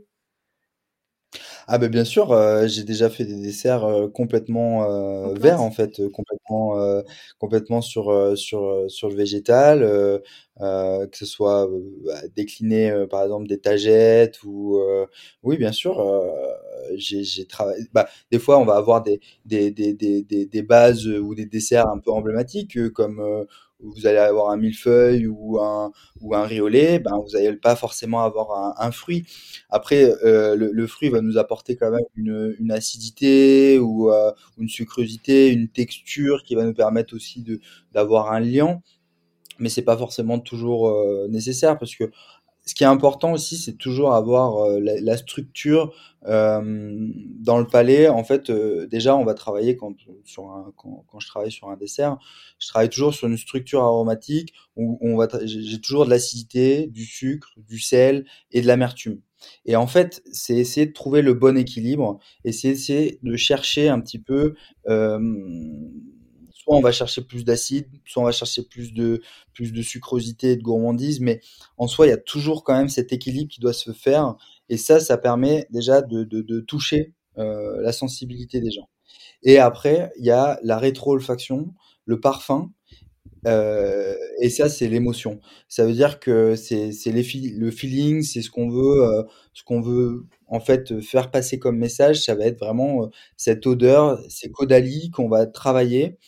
Ah ben bien sûr, heu, j'ai déjà fait des desserts, heu, complètement, Aux heu, verts plantes? en fait, heu, complètement, heu, complètement sur, heu, sur, heu, sur le végétal, heu heu, que ce soit, heu, bah, décliner, heu, par exemple des tagettes ou, heu oui bien sûr, heu, j'ai j'ai travaillé bah, des fois on va avoir des des des des des des bases, heu, ou des desserts un peu emblématiques, heu, comme, heu, où vous allez avoir un millefeuille ou un, ou un riz au lait, ben, vous n'allez pas forcément avoir un, un fruit. Après, euh, le, le fruit va nous apporter quand même une, une acidité ou euh, une sucrosité, une texture qui va nous permettre aussi de d'avoir un liant, mais c'est pas forcément toujours euh, nécessaire parce que ce qui est important aussi, c'est toujours avoir euh, la, la structure euh, dans le palais. En fait, euh, déjà, on va travailler quand, sur un, quand, quand je travaille sur un dessert, je travaille toujours sur une structure aromatique où on va, tra- j'ai j'ai toujours de l'acidité, du sucre, du sel et de l'amertume. Et en fait, c'est essayer de trouver le bon équilibre et c'est essayer de chercher un petit peu. euh, Soit on va chercher plus d'acide, soit on va chercher plus de plus de sucrosité et de gourmandise, mais en soi, il y a toujours quand même cet équilibre qui doit se faire. Et ça, ça permet déjà de, de, de toucher euh, la sensibilité des gens. Et après, il y a la rétro-olfaction, le parfum, euh, et ça, c'est l'émotion. Ça veut dire que c'est c'est les fi- le feeling, c'est ce qu'on veut, euh, ce qu'on veut en fait faire passer comme message. Ça va être vraiment euh, cette odeur, ces caudalie qu'on va travailler.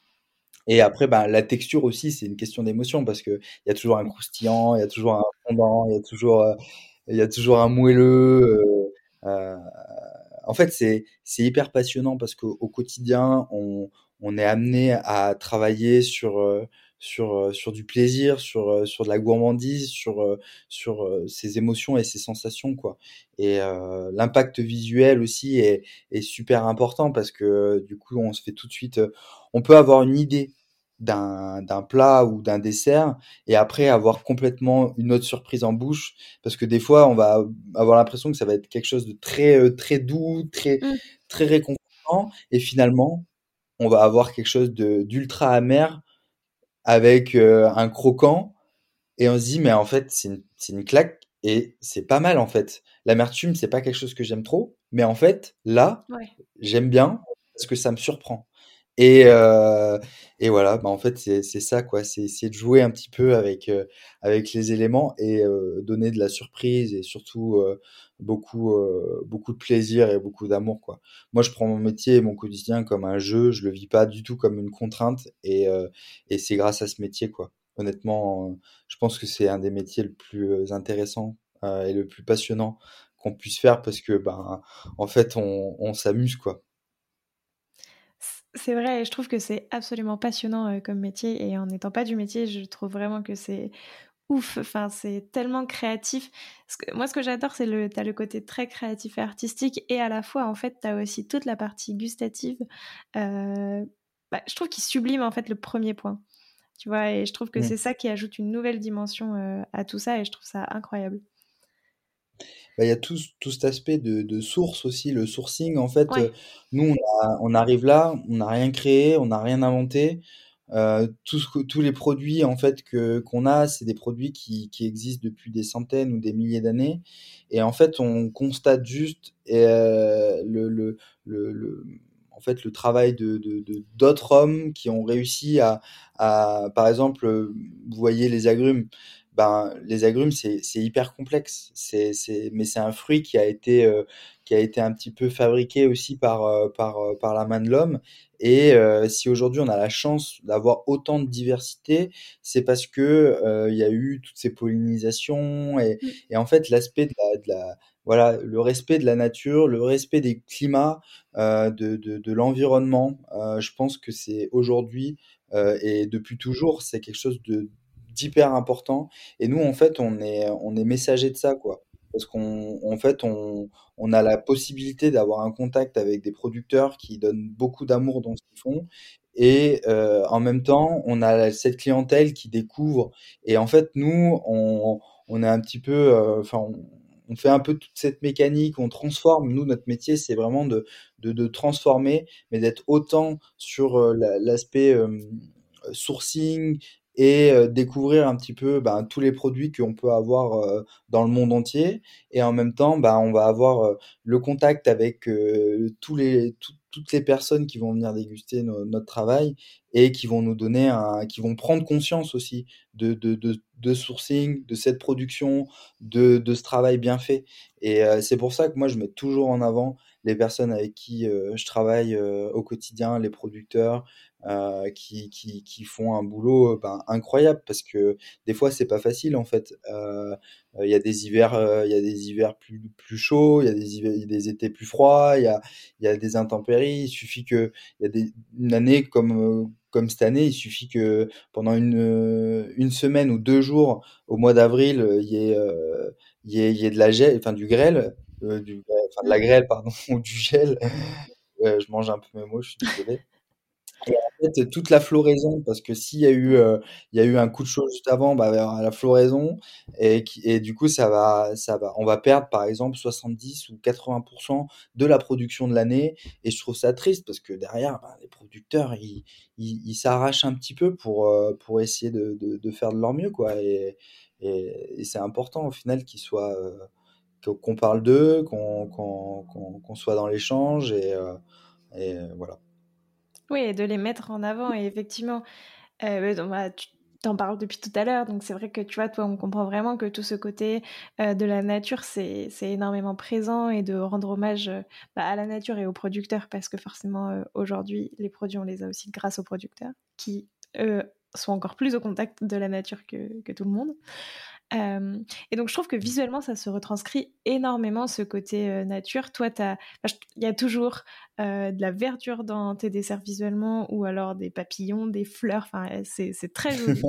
Et après, ben, la texture aussi, c'est une question d'émotion parce que il y a toujours un Oui. croustillant, il y a toujours un fondant, il y a toujours, euh, il y a toujours un moelleux. euh, euh, en fait, c'est c'est hyper passionnant parce qu'au au quotidien, on on est amené à travailler sur euh, sur euh, sur du plaisir, sur euh, sur de la gourmandise, sur euh, sur euh, ses émotions et ses sensations, quoi. Et euh, l'impact visuel aussi est est super important parce que du coup, on se fait tout de suite, euh, on peut avoir une idée d'un d'un plat ou d'un dessert et après avoir complètement une autre surprise en bouche parce que des fois, on va avoir l'impression que ça va être quelque chose de très, heu, très doux, très Mm. très réconfortant et finalement, on va avoir quelque chose de d'ultra amer avec, heu, un croquant et on se dit: «Mais en fait, c'est une c'est une claque et c'est pas mal, en fait». L'amertume, c'est pas quelque chose que j'aime trop, mais en fait, là, Ouais. j'aime bien parce que ça me surprend et heu et voilà, bah, en fait, c'est c'est ça, quoi. C'est essayer de jouer un petit peu avec, heu, avec les éléments et heu, donner de la surprise et surtout, heu, beaucoup, heu, beaucoup de plaisir et beaucoup d'amour, quoi. Moi, je prends mon métier et mon quotidien comme un jeu, je le vis pas du tout comme une contrainte et heu et c'est grâce à ce métier, quoi. Honnêtement, heu, je pense que c'est un des métiers le plus, heu, intéressant, heu et le plus passionnant qu'on puisse faire parce que, ben, en fait, on on s'amuse, quoi. C- C'est vrai, et je trouve que c'est absolument passionnant euh, comme métier. Et en n'étant pas du métier, je trouve vraiment que c'est ouf. Enfin, c'est tellement créatif. Ce que- moi, ce que j'adore, c'est le, t'as le côté très créatif et artistique, et à la fois, en fait, t'as aussi toute la partie gustative. Euh, bah, je trouve qu'il sublime en fait le premier point. Tu vois, et je trouve que Mmh. c'est ça qui ajoute une nouvelle dimension euh, à tout ça, et je trouve ça incroyable. Bah, il y a tout c tout cet aspect de de source aussi, le sourcing en fait, Ouais. heu, nous on a on arrive là, on n'a rien créé, on n'a rien inventé, heu, tout ce que tous les produits en fait que qu'on a, c'est des produits qui qui existent depuis des centaines ou des milliers d'années et en fait on constate juste et heu, le le le le en fait le travail de de de d'autres hommes qui ont réussi à à par exemple, heu, vous voyez les agrumes, ben, les agrumes, c'est c'est hyper complexe. C'est c'est mais c'est un fruit qui a été, heu, qui a été un petit peu fabriqué aussi par, heu, par, heu, par la main de l'homme et heu, si aujourd'hui on a la chance d'avoir autant de diversité, c'est parce que, heu, il y a eu toutes ces pollinisations et Mm. et en fait l'aspect de la de la voilà, le respect de la nature, le respect des climats, heu, de de de l'environnement, heu, je pense que c'est aujourd'hui, heu et depuis toujours, c'est quelque chose de d'hyper important et nous, en fait, on est, on est messager de ça, quoi. Parce qu'on, en fait, on, on a la possibilité d'avoir un contact avec des producteurs qui donnent beaucoup d'amour dans ce qu'ils font. Et euh, en même temps, on a cette clientèle qui découvre. Et en fait, nous, on, on est un petit peu, euh, enfin, on, on fait un peu toute cette mécanique, on transforme. Nous, notre métier, c'est vraiment de, de, de transformer, mais d'être autant sur euh, la- l'aspect euh, sourcing, et euh, découvrir un petit peu ben, tous les produits qu'on peut avoir euh, dans le monde entier. Et en même temps, ben, on va avoir euh, le contact avec euh, tous les, tout- toutes les personnes qui vont venir déguster no- notre travail et qui vont nous donner un, qui vont prendre conscience aussi de, de, de, de sourcing, de cette production, de, de ce travail bien fait. Et euh, c'est pour ça que moi, je mets toujours en avant les personnes avec qui euh, je travaille euh, au quotidien, les producteurs, heu, qui qui qui font un boulot, ben, incroyable parce que des fois c'est pas facile en fait. Heu, il y a des hivers, heu, il y a des hivers plus plus chauds, il y a des hivers des étés plus froids, il y a il y a des intempéries. Il suffit que il y a des une année comme, heu, comme cette année, il suffit que pendant une, heu, une semaine ou deux jours au mois d'avril, heu, il y ait, heu, il y ait il y ait de la gel enfin du grêle, heu, du enfin de Mmh. la grêle pardon ou du gel. Heu, je mange un peu mes mots, je suis désolé. Et en fait, toute la floraison, parce que s'il y a eu, Ouais. heu, il y a eu un coup de chaud juste avant, bah, il va y avoir la floraison et qui et du coup ça va ça va on va perdre par exemple soixante-dix ou quatre-vingts de la production de l'année et je trouve ça triste parce que derrière, ben, les producteurs ils ils ils s'arrachent un petit peu pour, heu, pour essayer de de de faire de leur mieux quoi et et et c'est important au final qu'ils soient, heu, qu'on qu'on parle d'eux, qu'on qu'on qu'on qu'on soit dans l'échange et heu et voilà. Oui et de les mettre en avant et effectivement, heu, ouais donc bah, tu tu en parles depuis tout à l'heure, donc c'est vrai que tu vois, toi, on comprend vraiment que tout ce côté, heu, de la nature, c'est c'est énormément présent et de rendre hommage, heu, bah, à la nature et aux producteurs parce que forcément, heu, aujourd'hui, les produits, on les a aussi grâce aux producteurs qui, eux, sont encore plus au contact de la nature que que tout le monde. Hem et donc je trouve que visuellement, ça se retranscrit énormément ce côté, heu, nature. Toi, tu as enfin, j il y a toujours, heu, de la verdure dans tes desserts visuellement ou alors des papillons, des fleurs, enfin, heu, c'est c'est très joli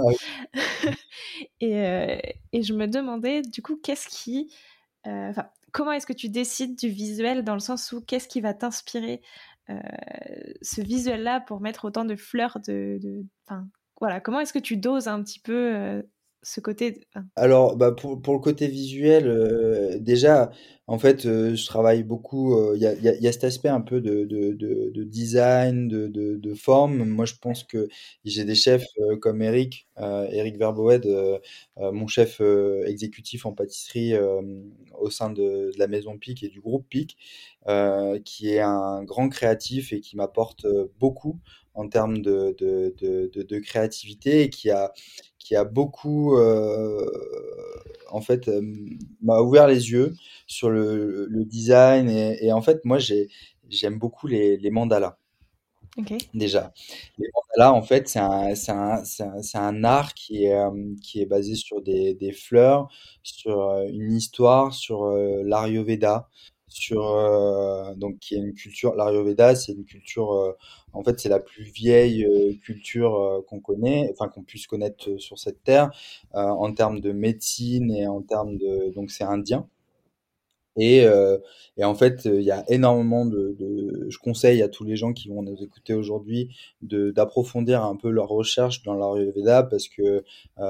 et heu et je me demandais du coup, qu'est-ce qui, heu, enfin, comment est-ce que tu décides du visuel dans le sens où qu'est-ce qui va t'inspirer, heu, ce visuel-là pour mettre autant de fleurs de de enfin, voilà, comment est-ce que tu doses un petit peu, heu, ce côté d enfin Alors, bah, pour pour le côté visuel, heu, déjà, en fait, heu, je travaille beaucoup, heu, il y a il y a il y a cet aspect un peu de de de de design, de de de forme. Moi, je pense que j'ai des chefs, heu, comme Eric, heu, Eric Verboed, heu heu, mon chef, heu, exécutif en pâtisserie, hem, au sein de de la maison Pic et du groupe Pic, heu, qui est un grand créatif et qui m'apporte, heu, beaucoup en termes de de de de de créativité et qui a qui a beaucoup, heu, en fait, hem, m'a ouvert les yeux sur le le design et et en fait, moi, j'ai j'aime beaucoup les les mandalas, OK. déjà. Les mandalas, en fait, c'est un c'est un c'est un c'est un art qui est, hem, qui est basé sur des des fleurs, sur, heu, une histoire, sur, heu, l'Ayurveda, sur, heu, donc qui est une culture l'Ayurveda, c'est une culture, heu, en fait, c'est la plus vieille, heu, culture, heu, qu'on connaît, enfin qu'on puisse connaître, heu, sur cette terre, heu, en termes de médecine et en termes de donc c'est indien. Et, heu, et en fait, heu, il y a énormément de de je conseille à tous les gens qui vont nous écouter aujourd'hui de d'approfondir un peu leurs recherches dans l'Ayurveda parce que,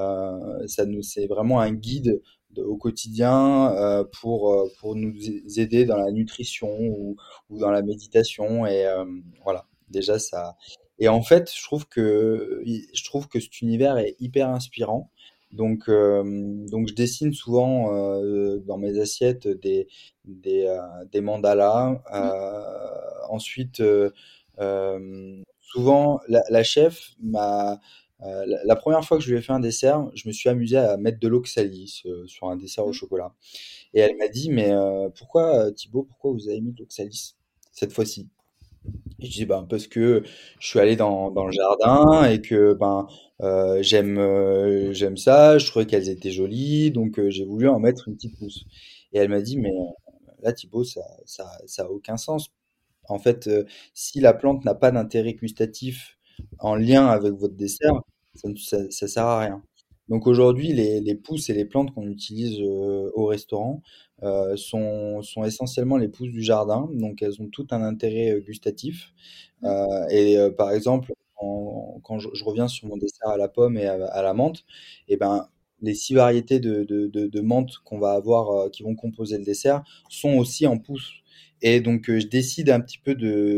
heu, ça nous c'est vraiment un guide de au quotidien, heu, pour, heu, pour nous a aider dans la nutrition ou ou dans la méditation et hem, voilà, déjà ça et en fait, je trouve que i je trouve que cet univers est hyper inspirant donc hem, donc je dessine souvent, heu, dans mes assiettes des des, heu, des mandalas. Mmh. Heu, ensuite, heu, hem, souvent la la chef m'a heu, la la première fois que je lui ai fait un dessert, je me suis amusé à mettre de l'oxalis, heu, sur un dessert au Mmh. chocolat et elle m'a dit: «Mais, heu, pourquoi, heu, Thibaut, pourquoi vous avez mis de l'oxalis cette fois-ci?» et je dis: «Ben, parce que je suis allé dans dans le jardin et que, ben, heu, j'aime, heu, j'aime ça, je trouvais qu'elles étaient jolies donc heu, j'ai voulu en mettre une petite pousse» et elle m'a dit: «Mais, heu, là Thibaut, ça ça ça a aucun sens. En fait, heu, si la plante n'a pas d'intérêt gustatif en lien avec votre dessert, ça ne ça ça sert à rien». Donc aujourd'hui, les les pousses et les plantes qu'on utilise, heu, au restaurant, heu, sont sont essentiellement les pousses du jardin, donc elles ont toutes un intérêt, heu, gustatif, Mmh. heu et heu, par exemple, quand quand je je reviens sur mon dessert à la pomme et à à la menthe et ben, les six variétés de de de de menthe qu'on va avoir, heu, qui vont composer le dessert sont aussi en pousses et donc heu, je décide un petit peu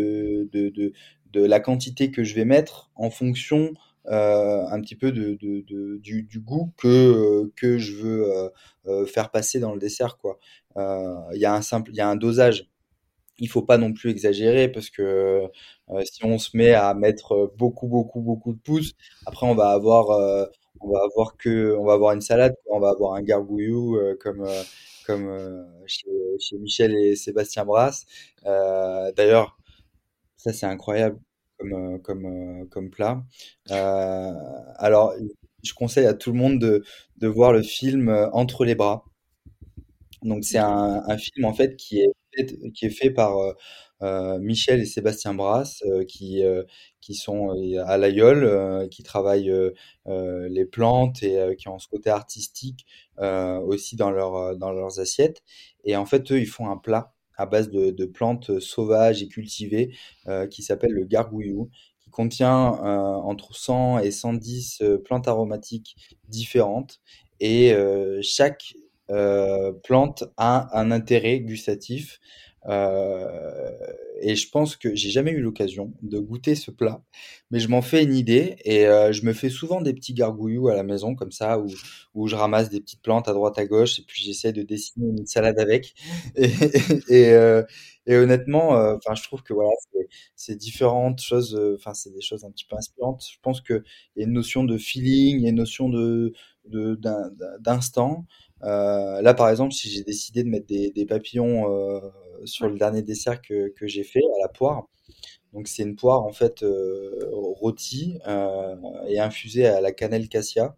de de de de la quantité que je vais mettre en fonction, heu, un petit peu de de de du du goût que, heu, que je veux, heu heu, faire passer dans le dessert, quoi. Heu, il y a un simple il y a un dosage. Il faut pas non plus exagérer parce que, heu, si on se met à mettre, heu, beaucoup, beaucoup, beaucoup de pousses, après on va avoir, heu, on va avoir que on va avoir une salade, quoi. On va avoir un gargouillou, heu, comme, heu, comme, heu, chez chez Michel et Sébastien Brasse. Heu, d'ailleurs, ça c'est incroyable. comme, euh, comme, euh, comme plat. Euh, alors, je conseille à tout le monde de, de voir le film euh, Entre les bras. Donc c'est Ok. un, un film en fait qui est fait, qui est fait par euh, euh, Michel et Sébastien Brasse euh, qui, euh, qui sont euh, à l'Aïeul, euh, qui travaillent euh, euh, les plantes et euh, qui ont ce côté artistique euh, aussi dans leur, euh, dans leurs assiettes. Et en fait, eux, ils font un plat à base de, de plantes sauvages et cultivées euh, qui s'appelle le gargouillou, qui contient euh, entre cent et cent dix euh, plantes aromatiques différentes. Et euh, chaque euh, plante a un intérêt gustatif. Euh, et je pense que j'ai jamais eu l'occasion de goûter ce plat, mais je m'en fais une idée et euh, je me fais souvent des petits gargouilloux à la maison comme ça où, où je ramasse des petites plantes à droite à gauche et puis j'essaie de dessiner une salade avec. Et, et, euh, et honnêtement, euh, enfin, je trouve que voilà, c'est c'est différentes choses. euh, Enfin, c'est des choses un petit peu inspirantes. Je pense que il y a une notion de feeling, il y a une notion de de- d'in- d'instant. Euh, là, par exemple, si j'ai décidé de mettre des, des papillons euh, sur Ouais. le dernier dessert que, que j'ai fait à la poire, donc c'est une poire en fait euh, rôtie euh, et infusée à la cannelle cassia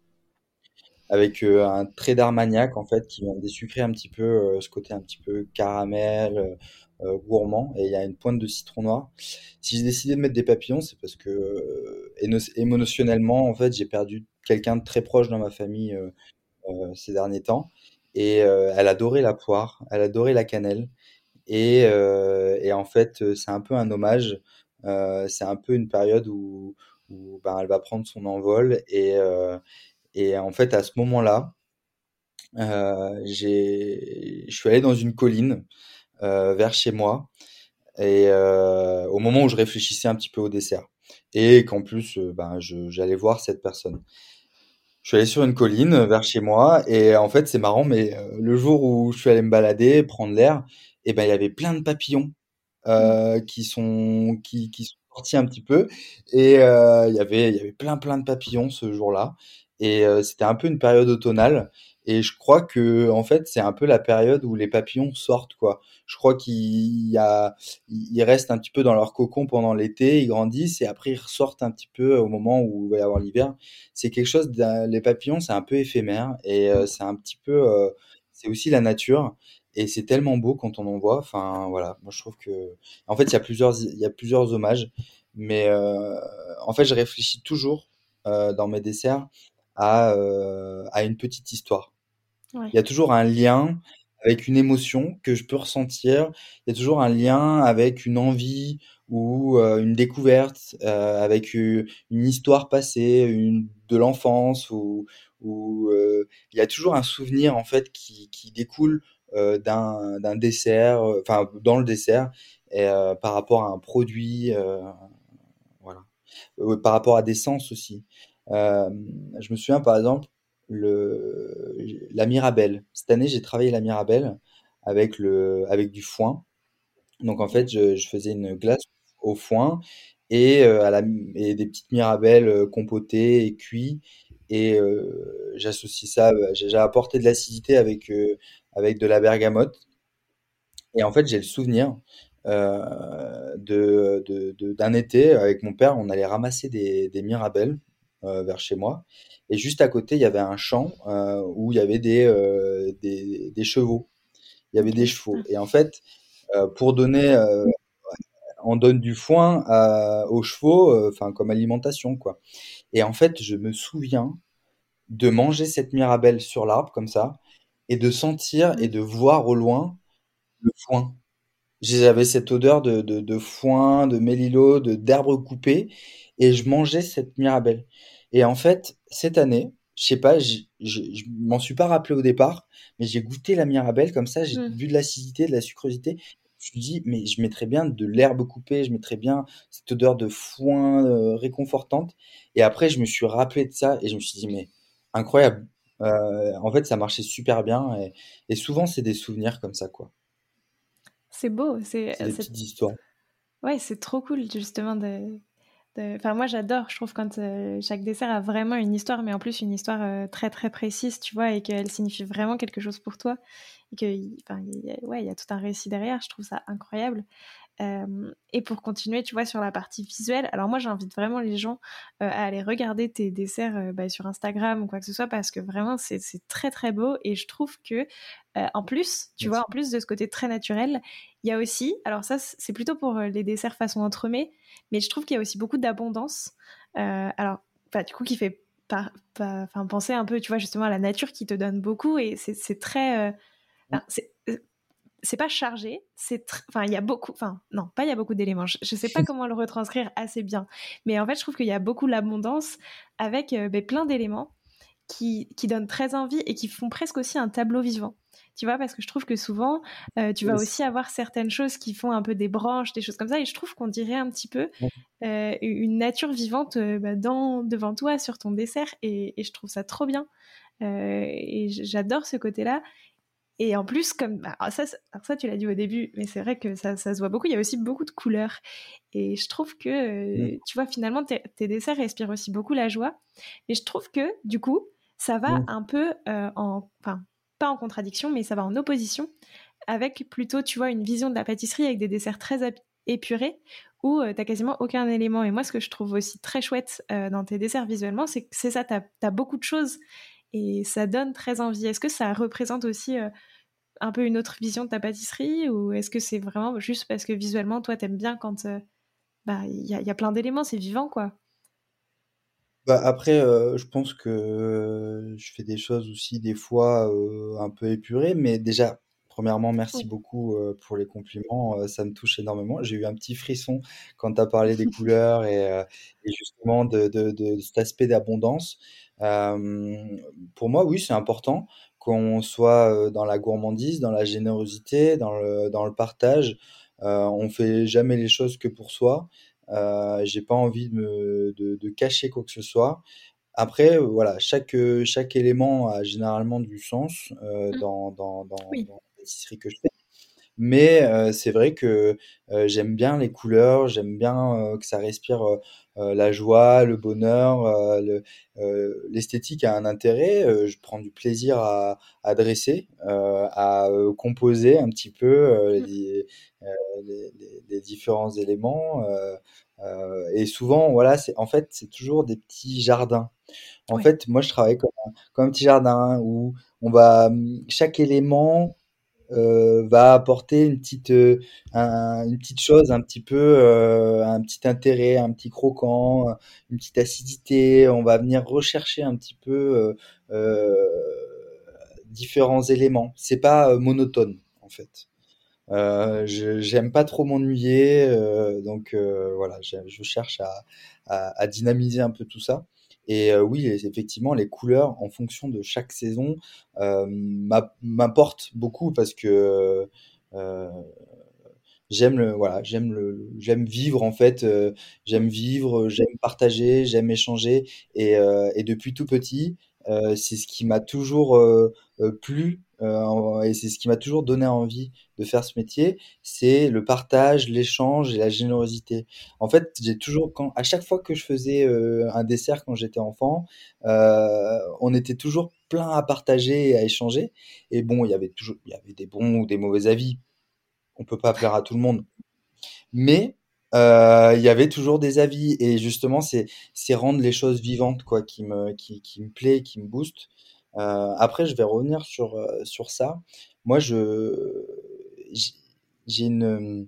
avec euh, un trait d'armagnac en fait qui vient désucrer un petit peu euh, ce côté un petit peu caramel euh, euh, gourmand et il y a une pointe de citron noir. Si j'ai décidé de mettre des papillons, c'est parce que euh, éno- émotionnellement en fait j'ai perdu quelqu'un de très proche dans ma famille euh, euh, ces derniers temps. Et euh, elle adorait la poire, elle adorait la cannelle. Et, euh, et en fait, euh, c'est un peu un hommage. Euh, c'est un peu une période où, où ben, elle va prendre son envol. Et, euh, et en fait, à ce moment-là, euh, j'ai, je suis allé dans une colline euh, vers chez moi. Et euh, au moment où je réfléchissais un petit peu au dessert. Et qu'en plus, euh, ben, je, j'allais voir cette personne. Je suis allé sur une colline euh, vers chez moi et en fait c'est marrant mais euh, le jour où je suis allé me balader, prendre l'air, et ben il y avait plein de papillons Mm. euh, qui sont qui, qui sont sortis un petit peu et euh, il y avait il y avait plein plein de papillons ce jour-là et euh, c'était un peu une période automnale et je crois que en fait c'est un peu la période où les papillons sortent quoi. Je crois qu'il y a ils restent un petit peu dans leur cocon pendant l'été, ils grandissent et après ils ressortent un petit peu au moment où il va y avoir l'hiver. C'est quelque chose d'un- les papillons c'est un peu éphémère et euh, Mm. c'est un petit peu euh, c'est aussi la nature et c'est tellement beau quand on en voit. Enfin, voilà, moi je trouve que. En fait, il y a plusieurs, il y a plusieurs hommages, mais euh, en fait, je réfléchis toujours euh, dans mes desserts à, euh, à une petite histoire. Ouais. Il y a toujours un lien avec une émotion que je peux ressentir. Il y a toujours un lien avec une envie ou euh, une découverte, euh, avec euh, une histoire passée, une, de l'enfance ou, ou euh, il y a toujours un souvenir en fait qui, qui découle euh, d'un d'un dessert, euh, enfin dans le dessert, et, euh, par rapport à un produit, euh, voilà. Euh, par rapport à des sens aussi. Euh, je me souviens par exemple le, la Mirabelle. Cette année, j'ai travaillé la Mirabelle avec le, avec du foin. Donc en fait, Ok. je, je faisais une glace au foin et, euh, à la, et des petites Mirabelles euh, compotées et cuites. Et euh, j'associe ça, euh, j'ai j'ai apporté de l'acidité avec, euh, avec de la bergamote. Et en fait, j'ai le souvenir euh, de, de- de- d'un été avec mon père, on allait ramasser des, des mirabelles euh, vers chez moi. Et juste à côté, il y avait un champ euh, où il y avait des, euh, des, des chevaux. Il y avait Ok. des chevaux. Ah. Et en fait, euh, pour donner, euh, on donne du foin à- aux chevaux, euh, enfin comme alimentation, quoi. Et en fait, je me souviens de manger cette mirabelle sur l'arbre comme ça, et de sentir et Mm. de voir au loin le foin. J'avais cette odeur de, de, de foin, de mélilo, de d'herbes coupées, et je mangeais cette mirabelle. Et en fait, cette année, je sais pas, j'- je je m'en suis pas rappelé au départ, mais j'ai goûté la mirabelle comme ça, j'ai Mm. bu de l'acidité, de la sucrosité. Je me suis dit, mais je mettrais bien de l'herbe coupée, je mettrais bien cette odeur de foin euh, réconfortante. Et après, je me suis rappelé de ça et je me suis dit, mais incroyable. Euh, en fait, ça marchait super bien et, et souvent, c'est des souvenirs comme ça, quoi. C'est beau. C'est, C'est des c'est, petites histoires. ouais, c'est trop cool justement de, de- Enfin, moi j'adore. Je trouve quand euh, chaque dessert a vraiment une histoire, mais en plus une histoire euh, très très précise, tu vois, et qu'elle signifie vraiment quelque chose pour toi, et que, il- enfin, il y a- ouais, il y a tout un récit derrière. Je trouve ça incroyable. Euh, et pour continuer, tu vois, sur la partie visuelle, alors moi j'invite vraiment les gens euh, à aller regarder tes desserts euh, bah, sur Instagram ou quoi que ce soit parce que vraiment c'est c'est très très beau et je trouve que euh, en plus, tu vois, Merci. en plus de ce côté très naturel, il y a aussi, alors ça c'est plutôt pour euh, les desserts façon entremets, mais je trouve qu'il y a aussi beaucoup d'abondance. Euh, alors, bah, du coup, qui fait par, par- enfin, penser un peu, tu vois, justement à la nature qui te donne beaucoup et c'est c'est très, euh, enfin, c'est euh, c'est pas chargé, c'est tr- enfin il y a beaucoup, enfin non pas il y a beaucoup d'éléments, je, je sais pas comment le retranscrire assez bien, mais en fait je trouve qu'il y a beaucoup l'abondance avec euh, ben, plein d'éléments qui, qui donnent très envie et qui font presque aussi un tableau vivant. Tu vois, parce que je trouve que souvent, euh, tu vas Oui, aussi avoir certaines choses qui font un peu des branches, des choses comme ça, et je trouve qu'on dirait un petit peu euh, une nature vivante euh, bah, dans, devant toi sur ton dessert, et, et je trouve ça trop bien. Euh, et j'adore ce côté-là. Et en plus, comme bah, alors ça, alors ça, tu l'as dit au début, mais c'est vrai que ça, ça se voit beaucoup. Il y a aussi beaucoup de couleurs. Et je trouve que, Mm, euh, tu vois, finalement, tes, tes desserts respirent aussi beaucoup la joie. Mais je trouve que, du coup, ça va mm. un peu euh, en... Enfin, pas en contradiction, mais ça va en opposition avec plutôt, tu vois, une vision de la pâtisserie avec des desserts très ap- épurés où euh, t'as quasiment aucun élément. Et moi, ce que je trouve aussi très chouette euh, dans tes desserts visuellement, c'est que c'est ça, t'as, t'as beaucoup de choses et ça donne très envie. Est-ce que ça représente aussi euh, un peu une autre vision de ta pâtisserie ou est-ce que c'est vraiment juste parce que visuellement, toi, t'aimes bien quand euh, bah il y a, il y a plein d'éléments, c'est vivant, quoi. Bah, après, heu, je pense que, heu, je fais des choses aussi des fois, heu, un peu épurées, mais déjà, premièrement, merci Oui. beaucoup, heu, pour les compliments, heu, ça me touche énormément. J'ai eu un petit frisson quand tu as parlé des couleurs et heu et justement de de de cet aspect d'abondance. Hem, pour moi, oui, c'est important qu'on soit, heu, dans la gourmandise, dans la générosité, dans le dans le partage. Heu, on fait jamais les choses que pour soi. Heu, j'ai pas envie de me de de cacher quoi que ce soit. Après, heu, voilà, chaque, heu, chaque élément a généralement du sens, heu, Mm. dans dans dans Oui. dans la pâtisserie que je fais. Mais heu, c'est vrai que, heu, j'aime bien les couleurs, j'aime bien, heu, que ça respire, heu heu, la joie, le bonheur, heu, le heu, l'esthétique a un intérêt, heu, je prends du plaisir à à dresser, heu, à, heu, composer un petit peu, heu, Mm. les heu, les les les différents éléments, heu heu et souvent, voilà, c'est en fait, c'est toujours des petits jardins. En Ouais. fait, moi, je travaille comme un comme un petit jardin où on va, mmh, chaque élément euh, va apporter une petite, euh, un- une petite chose, un petit peu, euh, un petit intérêt, un petit croquant, euh, une petite acidité. On va venir rechercher un petit peu euh, euh, différents éléments. C'est pas euh, monotone en fait. Euh, je j'aime pas trop m'ennuyer, euh, donc euh, voilà, je, je cherche à, à, à dynamiser un peu tout ça. Et euh, oui, les- effectivement, les couleurs en fonction de chaque saison euh, m'a- m'importent beaucoup parce que euh, j'aime le voilà, j'aime le j'aime vivre en fait, euh, j'aime Mm. vivre, j'aime partager, j'aime échanger et, euh, et depuis tout petit, euh, c'est ce qui m'a toujours euh, euh, plu euh, en- et c'est ce qui m'a toujours donné envie de faire ce métier, c'est le partage, l'échange et la générosité. En fait, j'ai toujours quand à chaque fois que je faisais euh, un dessert quand j'étais enfant, euh, on était toujours plein à partager et à échanger et bon, il y avait toujours il y avait des bons ou des mauvais avis. On peut pas plaire à tout le monde. Mais euh, il y avait toujours des avis et justement c'est c'est rendre les choses vivantes quoi qui me qui, qui me plaît, qui me booste. Euh, après je vais revenir sur euh, sur ça. Moi je j'ai j'ai une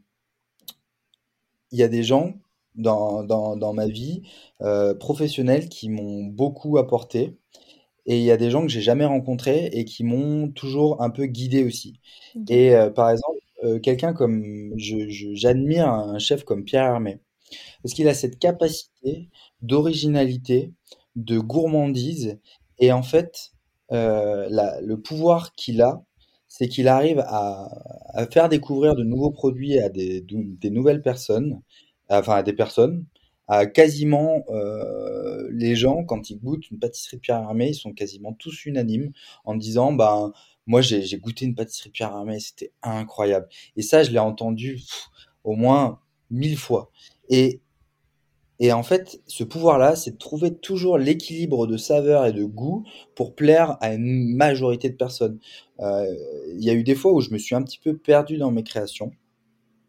il y a des gens dans dans dans ma vie euh, professionnelle qui m'ont beaucoup apporté et il y a des gens que j'ai jamais rencontrés et qui m'ont toujours un peu guidé aussi. Ok. Et euh, par exemple euh, quelqu'un comme je je- j'admire un chef comme Pierre Hermé. Parce qu'il a cette capacité d'originalité, de gourmandise et en fait, heu, la le pouvoir qu'il a, c'est qu'il arrive à à faire découvrir de nouveaux produits à des dou des nouvelles personnes, enfin à des personnes, à quasiment, heu, les gens quand ils goûtent une pâtisserie de Pierre Hermé, ils sont quasiment tous unanimes en disant: «Ben, moi j'ai j'ai goûté une pâtisserie de Pierre Hermé, c'était incroyable» et ça je l'ai entendu pff, au moins mille fois et et en fait, ce pouvoir-là, c'est de trouver toujours l'équilibre de saveur et de goût pour plaire à une majorité de personnes. Heu, il y a eu des fois où je me suis un petit peu perdu dans mes créations.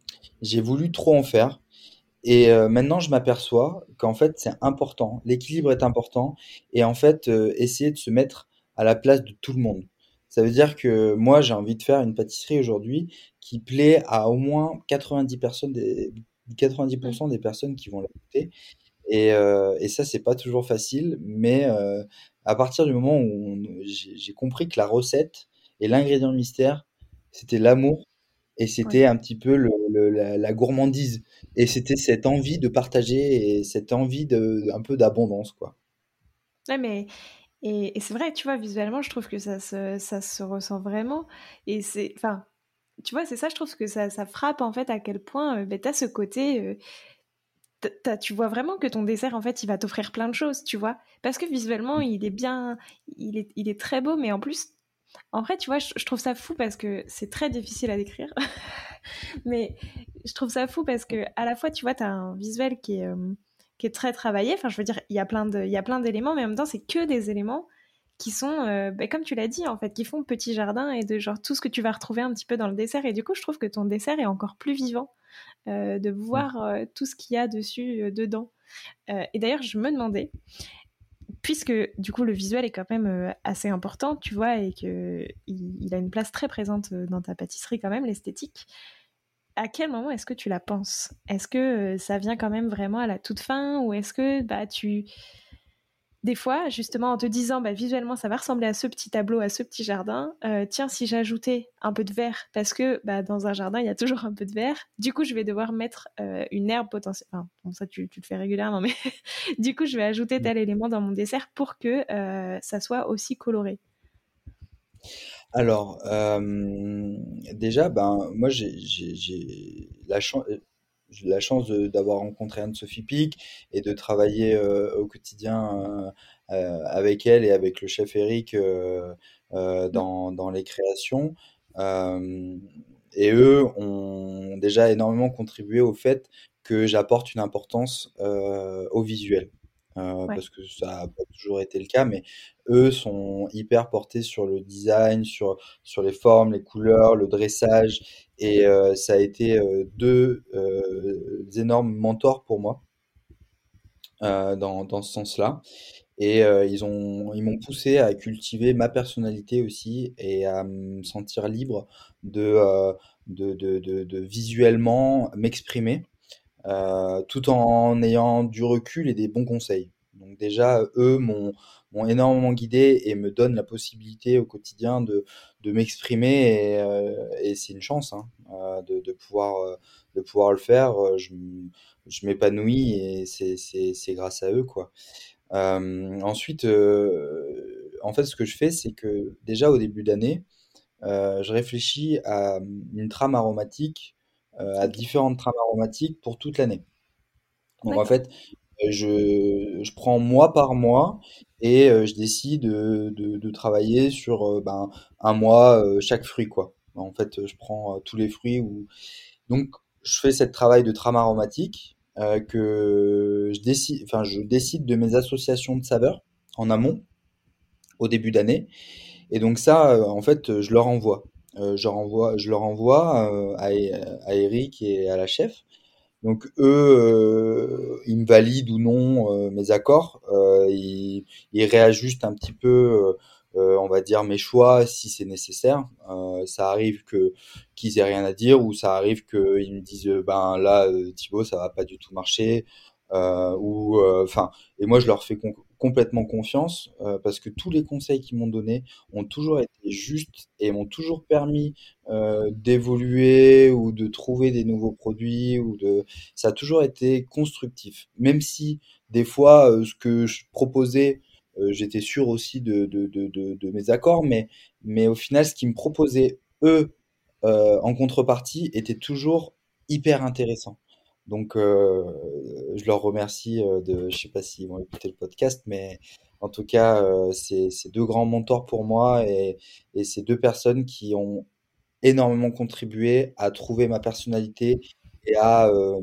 j'ai voulu trop en faire. Et euh, maintenant, je m'aperçois qu'en fait, c'est important. L'équilibre est important. Et en fait, euh, essayer de se mettre à la place de tout le monde. Ça veut dire que moi, j'ai envie de faire une pâtisserie aujourd'hui qui plaît à au moins quatre-vingt-dix personnes des, quatre-vingt-dix pour Mm. cent des personnes qui vont la goûter. Et, euh, et ça, c'est pas toujours facile. Mais euh, à partir du moment où on- j'ai j'ai compris que la recette et l'ingrédient mystère, c'était l'amour et Oui. c'était un petit peu le, le- la, la gourmandise. Et c'était cette envie de partager et cette envie de, un peu d'abondance, quoi. Ouais, mais et, et c'est vrai, tu vois, visuellement, je trouve que ça se, ça se ressent vraiment. Et c'est, enfin, tu vois, c'est ça, je trouve que ça, ça frappe en fait à quel point euh, ben, t'as ce côté, euh, t'as- t'as- tu vois vraiment que ton dessert en fait, il va t'offrir plein de choses, tu vois, parce que visuellement, il est bien, il est, il est très beau, mais en plus, en vrai, tu vois, je, je trouve ça fou parce que c'est très difficile à décrire, mais je trouve ça fou parce que à la fois, tu vois, t'as un visuel qui est, euh, qui est très travaillé. Enfin, je veux dire, il y a plein de, il y a plein d'éléments, mais en même temps, c'est que des éléments qui sont, euh, ben, comme tu l'as dit, en fait, qui font petit jardin et de genre tout ce que tu vas retrouver un petit peu dans le dessert. Et du coup, je trouve que ton dessert est encore plus vivant euh, de Mm. voir euh, tout ce qu'il y a dessus, euh, dedans. Euh, et d'ailleurs, je me demandais, puisque du coup le visuel est quand même euh, assez important, tu vois, et que il, il a une place très présente euh, dans ta pâtisserie quand même, l'esthétique. À quel moment est-ce que tu la penses? Est-ce que euh, ça vient quand même vraiment à la toute fin, ou est-ce que bah tu des fois, justement, en te disant, bah, visuellement, ça va ressembler à ce petit tableau, à ce petit jardin. Euh, tiens, si j'ajoutais un peu de vert, parce que bah, dans un jardin, il y a toujours un peu de vert. Du coup, je vais devoir mettre euh, une herbe potentielle. Enfin, bon, ça, tu, tu le fais régulièrement, mais du coup, je vais ajouter Mm. tel élément dans mon dessert pour que euh, ça soit aussi coloré. Alors, euh, déjà, ben, moi, j'ai j'ai- j'ai la chance, j'ai la chance de- d'avoir rencontré Anne-Sophie Pic et de travailler euh, au quotidien euh, euh, avec elle et avec le chef Eric euh, euh, Mm. dans, dans les créations. Euh, et eux ont déjà énormément contribué au fait que j'apporte une importance euh, au visuel. Euh, Ouais. parce que ça n'a pas toujours été le cas, mais eux sont hyper portés sur le design, sur, sur les formes, les couleurs, le dressage. Et euh, ça a été euh, deux euh, énormes mentors pour moi euh, dans, dans ce sens-là. Et euh, ils ont, ils m'ont poussé à cultiver ma personnalité aussi et à me sentir libre de, euh, de, de, de, de visuellement m'exprimer euh, tout en ayant du recul et des bons conseils. Donc déjà, eux m'ont m'ont énormément guidé et me donnent la possibilité au quotidien de, de m'exprimer et, euh, et c'est une chance hein, euh, de, de pouvoir, euh, de pouvoir le faire. Euh, Je, m- je m'épanouis et c'est c'est- c'est grâce à eux, quoi. Euh, ensuite, euh, en fait, ce que je fais, c'est que déjà au début d'année, euh, je réfléchis à une trame aromatique, euh, à Ok. différentes trames aromatiques pour toute l'année. Donc en D'accord. fait, euh, je, je prends mois par mois et euh, je décide de, de- de travailler sur euh, ben, un mois euh, chaque fruit quoi. En fait, je prends euh, tous les fruits ou donc je fais cette travail de trame aromatique euh, que je décide, enfin je décide de mes associations de saveurs en amont au début d'année et donc ça euh, en fait je leur envoie. Euh, je leur envoie, je leur envoie euh, à, à Eric et à la chef. Donc eux, euh, ils me valident ou non euh, mes accords. Euh, ils, ils réajustent un petit peu, euh, euh, on va dire, mes choix si c'est nécessaire. Euh, ça arrive que qu'ils aient rien à dire ou ça arrive qu'ils me disent, euh, ben là, euh, Thibaut, ça va pas du tout marcher. Euh, ou euh, enfin, et moi je leur fais con- complètement confiance euh, parce que tous les conseils qu'ils m'ont donnés ont toujours été justes et m'ont toujours permis euh, d'évoluer ou de trouver des nouveaux produits ou de ça a toujours été constructif. Même si des fois, euh, ce que je proposais, euh, j'étais sûr aussi de, de, de, de, de mes accords, mais, mais au final, ce qu'ils me proposaient, eux, euh, en contrepartie, était toujours hyper intéressant. Donc, euh, je leur remercie euh, de, je sais pas s'ils vont écouter le podcast, mais en tout cas, euh, c'est, c'est deux grands mentors pour moi et, et c'est deux personnes qui ont énormément contribué à trouver ma personnalité et à, euh,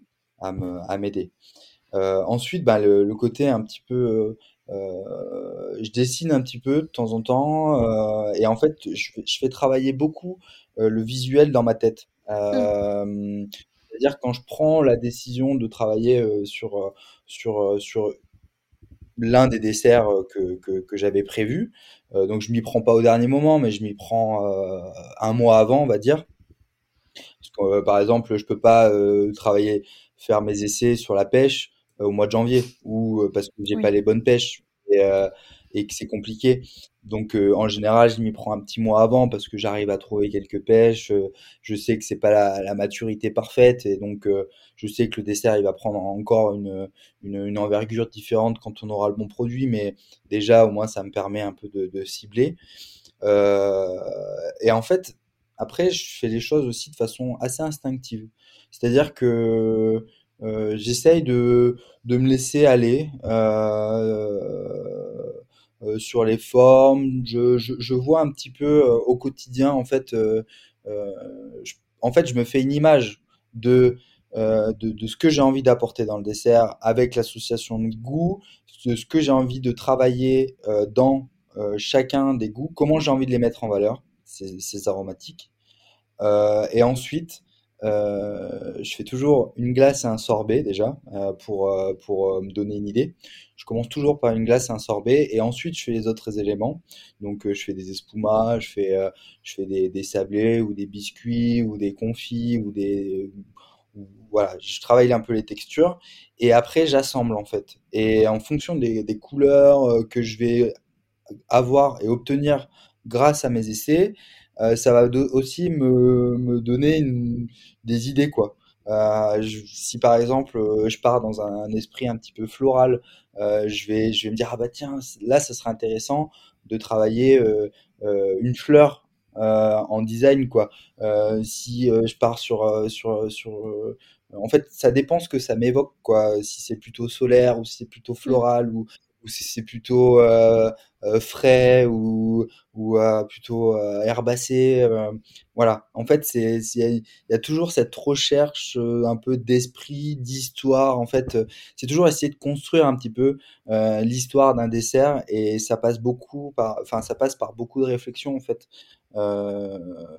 à me, à m'aider. Euh, ensuite, bah, le, le côté un petit peu, euh, euh, je dessine un petit peu de temps en temps euh, et en fait, je fais, je fais travailler beaucoup euh, le visuel dans ma tête. Mm. Euh, C'est-à-dire quand je prends la décision de travailler euh, sur, euh, sur, euh, sur l'un des desserts euh, que, que, que j'avais prévu, euh, donc je m'y prends pas au dernier moment, mais je m'y prends euh, un mois avant, on va dire. Parce que, euh, par exemple, je peux pas euh, travailler, faire mes essais sur la pêche euh, au mois de janvier, ou euh, parce que j'ai pas Oui. les bonnes pêches et, euh, et que c'est compliqué. Donc, euh, en général, je m'y prends un petit mois avant parce que j'arrive à trouver quelques pêches. euh, je sais que c'est pas la, la maturité parfaite et donc euh, je sais que le dessert il va prendre encore une, une, une envergure différente quand on aura le bon produit, mais déjà au moins ça me permet un peu de, de cibler. Euh, et en fait, après, je fais les choses aussi de façon assez instinctive. C'est-à-dire que euh, j'essaye de, de me laisser aller euh, euh, sur les formes. Je, je, je vois un petit peu euh, au quotidien, en fait, euh, euh, je, en fait, je me fais une image de, euh, de, de ce que j'ai envie d'apporter dans le dessert avec l'association de goût, de ce que j'ai envie de travailler euh, dans euh, chacun des goûts, comment j'ai envie de les mettre en valeur, ces, ces aromatiques. Euh, et ensuite, euh, je fais toujours une glace et un sorbet déjà euh, pour, euh, pour euh, me donner une idée. Je commence toujours par une glace et un sorbet et ensuite je fais les autres éléments. Donc euh, je fais des espumas, je fais, euh, je fais des, des sablés ou des biscuits ou des confits ou des... ou- voilà, je travaille un peu les textures et après j'assemble en fait. Et en fonction des, des couleurs euh, que je vais avoir et obtenir grâce à mes essais, euh, ça va do- aussi me, me donner une- des idées, quoi. Euh, je- si par exemple euh, je pars dans un, un esprit un petit peu floral, euh, je vais, je vais me dire, ah bah tiens, c- là, ça serait intéressant de travailler euh, euh, une fleur euh, en design, quoi. Euh, si euh, je pars sur, euh, sur, sur euh, en fait, ça dépend ce que ça m'évoque, quoi. Si c'est plutôt solaire ou si c'est plutôt Mm. floral ou, ou si c'est plutôt euh, euh, frais ou, ou euh, plutôt euh, herbacé. Euh, voilà. En fait, c'est, c'est- il y, a il y a toujours cette recherche euh, un peu d'esprit, d'histoire. En fait, euh, c'est toujours essayer de construire un petit peu euh, l'histoire d'un dessert et ça passe beaucoup par, enfin, ça passe par beaucoup de réflexions en fait. Euh,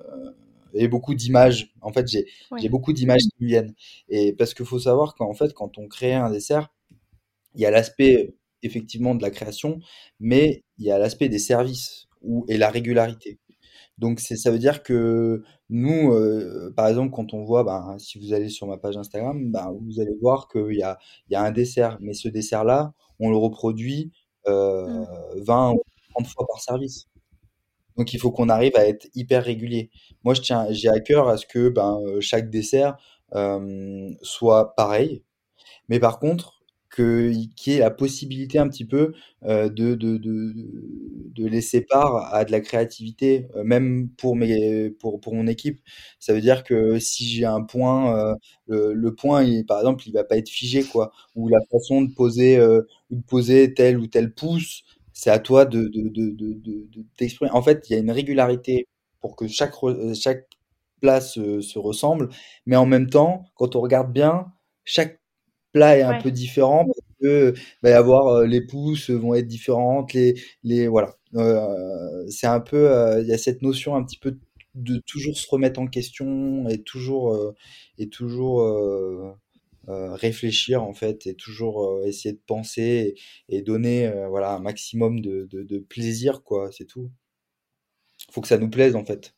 et beaucoup d'images. En fait, j'ai j'ai Ouais. beaucoup d'images qui me viennent. Et parce qu'il faut savoir qu'en fait, quand on crée un dessert, il y a l'aspect effectivement de la création, mais il y a l'aspect des services ou, et la régularité. Donc c'est, ça veut dire que nous, euh, par exemple, quand on voit, ben, si vous allez sur ma page Instagram, ben, vous allez voir qu'il y a, il y a un dessert, mais ce dessert-là, on le reproduit euh, Mm. vingt ou trente fois par service. Donc il faut qu'on arrive à être hyper régulier. Moi, je tiens, j'ai à cœur à ce que ben, euh, chaque dessert euh, soit pareil, mais par contre, que qu'il y ait la possibilité un petit peu euh, de, de, de, de laisser part à de la créativité, euh, même pour mes, pour, pour mon équipe. Ça veut dire que si j'ai un point, euh, le, le point, il, par exemple, il va pas être figé, quoi. Ou la façon de poser, euh, de poser tel ou tel pouce, c'est à toi de, de, de, de, de, de t'exprimer. En fait, il y a une régularité pour que chaque, re- chaque plat se, se ressemble, mais en même temps, quand on regarde bien, chaque plat est un Ouais. peu différent parce que va y avoir euh, les pousses vont être différentes, les les voilà. Euh, c'est un peu euh, il y a cette notion un petit peu de toujours se remettre en question et toujours euh, et toujours euh, euh, réfléchir en fait et toujours euh, essayer de penser et, et donner euh, voilà un maximum de, de, de plaisir quoi, c'est tout. Faut que ça nous plaise en fait.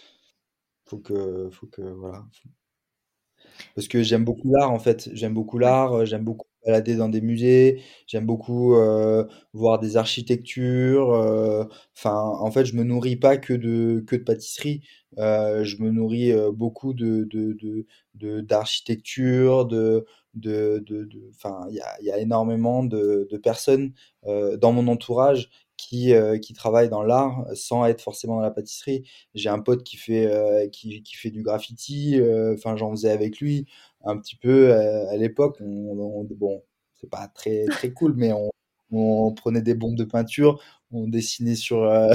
Faut que faut que voilà. Parce que j'aime beaucoup l'art en fait. J'aime beaucoup Ouais. l'art, euh, j'aime beaucoup me balader dans des musées, j'aime beaucoup euh, voir des architectures. euh, Enfin, en fait, je me nourris pas que de que de pâtisserie. Euh, je me nourris euh, beaucoup de de de de- d'architecture, de de de de- Enfin, il y a, il y a énormément de de personnes euh, dans mon entourage qui euh, qui travaillent dans l'art sans être forcément dans la pâtisserie. J'ai un pote qui fait, euh, qui, qui fait du graffiti, euh, enfin j'en faisais avec lui un petit peu euh, à l'époque. On, on- bon, c'est pas très très cool, mais on, on prenait des bombes de peinture, on dessinait sur, euh,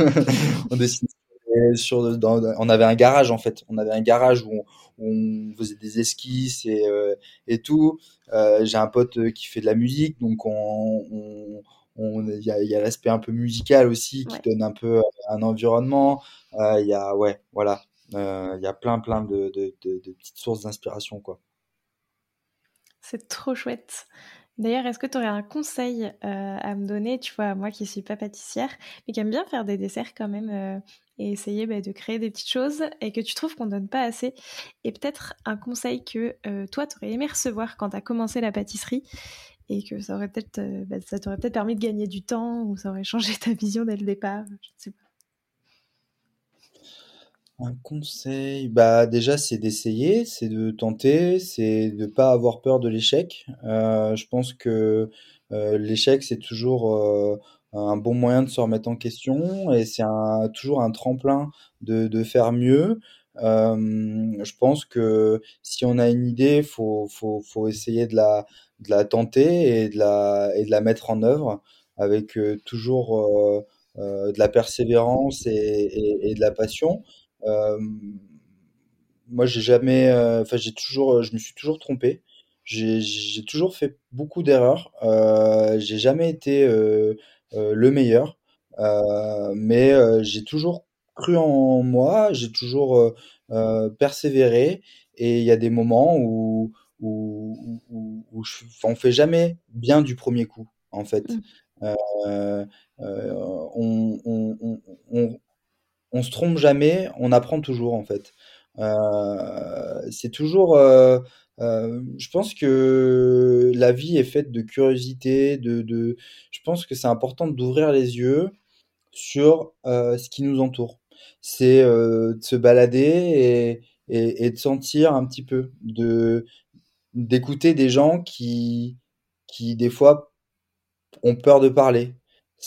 on dessinait sur, dans- on avait un garage en fait, on avait un garage où on, où on faisait des esquisses et, euh, et tout. Euh, j'ai un pote euh, qui fait de la musique, donc on, on- on- il y a, il y a l'aspect un peu musical aussi qui Ouais. donne un peu euh, un environnement. Euh, Il y a, ouais, voilà. Heu, il y a plein, plein de de de de petites sources d'inspiration, quoi. C'est trop chouette. D'ailleurs, est-ce que tu aurais un conseil, heu, à me donner? Tu vois, moi qui suis pas pâtissière, mais qui aime bien faire des desserts quand même, heu, et essayer, bah, de créer des petites choses et que tu trouves qu'on donne pas assez. Et peut-être un conseil que, heu, toi, tu aurais aimé recevoir quand tu as commencé la pâtisserie et que ça aurait peut-être, heu, bah, ça t'aurait peut-être permis de gagner du temps ou ça aurait changé ta vision dès le départ, je ne sais pas. Un conseil, bah, déjà, c'est d'essayer, c'est de tenter, c'est de pas avoir peur de l'échec. Heu, je pense que, heu, l'échec, c'est toujours, heu, un bon moyen de se remettre en question et c'est un toujours un tremplin de de faire mieux. Hem, je pense que si on a une idée, faut faut faut essayer de la de la tenter et de la et de la mettre en œuvre avec, heu, toujours, heu heu, de la persévérance et et et de la passion. Euh, Moi, j'ai jamais, euh, enfin, j'ai toujours, je me suis toujours trompé. J'ai, j'ai toujours fait beaucoup d'erreurs. Euh, j'ai jamais été euh, euh, le meilleur, Euh, mais euh, j'ai toujours cru en moi. J'ai toujours euh, euh, persévéré. Et il y a des moments où où, où, où je, enfin, on fait jamais bien du premier coup, en fait. Mmh. Euh, euh, on, on, on, on, on se trompe jamais, on apprend toujours en fait. Euh, c'est toujours, euh, euh, je pense que la vie est faite de curiosité, de, de, je pense que c'est important d'ouvrir les yeux sur euh, ce qui nous entoure. C'est euh, de se balader et, et, et de sentir un petit peu, de d'écouter des gens qui, qui des fois ont peur de parler.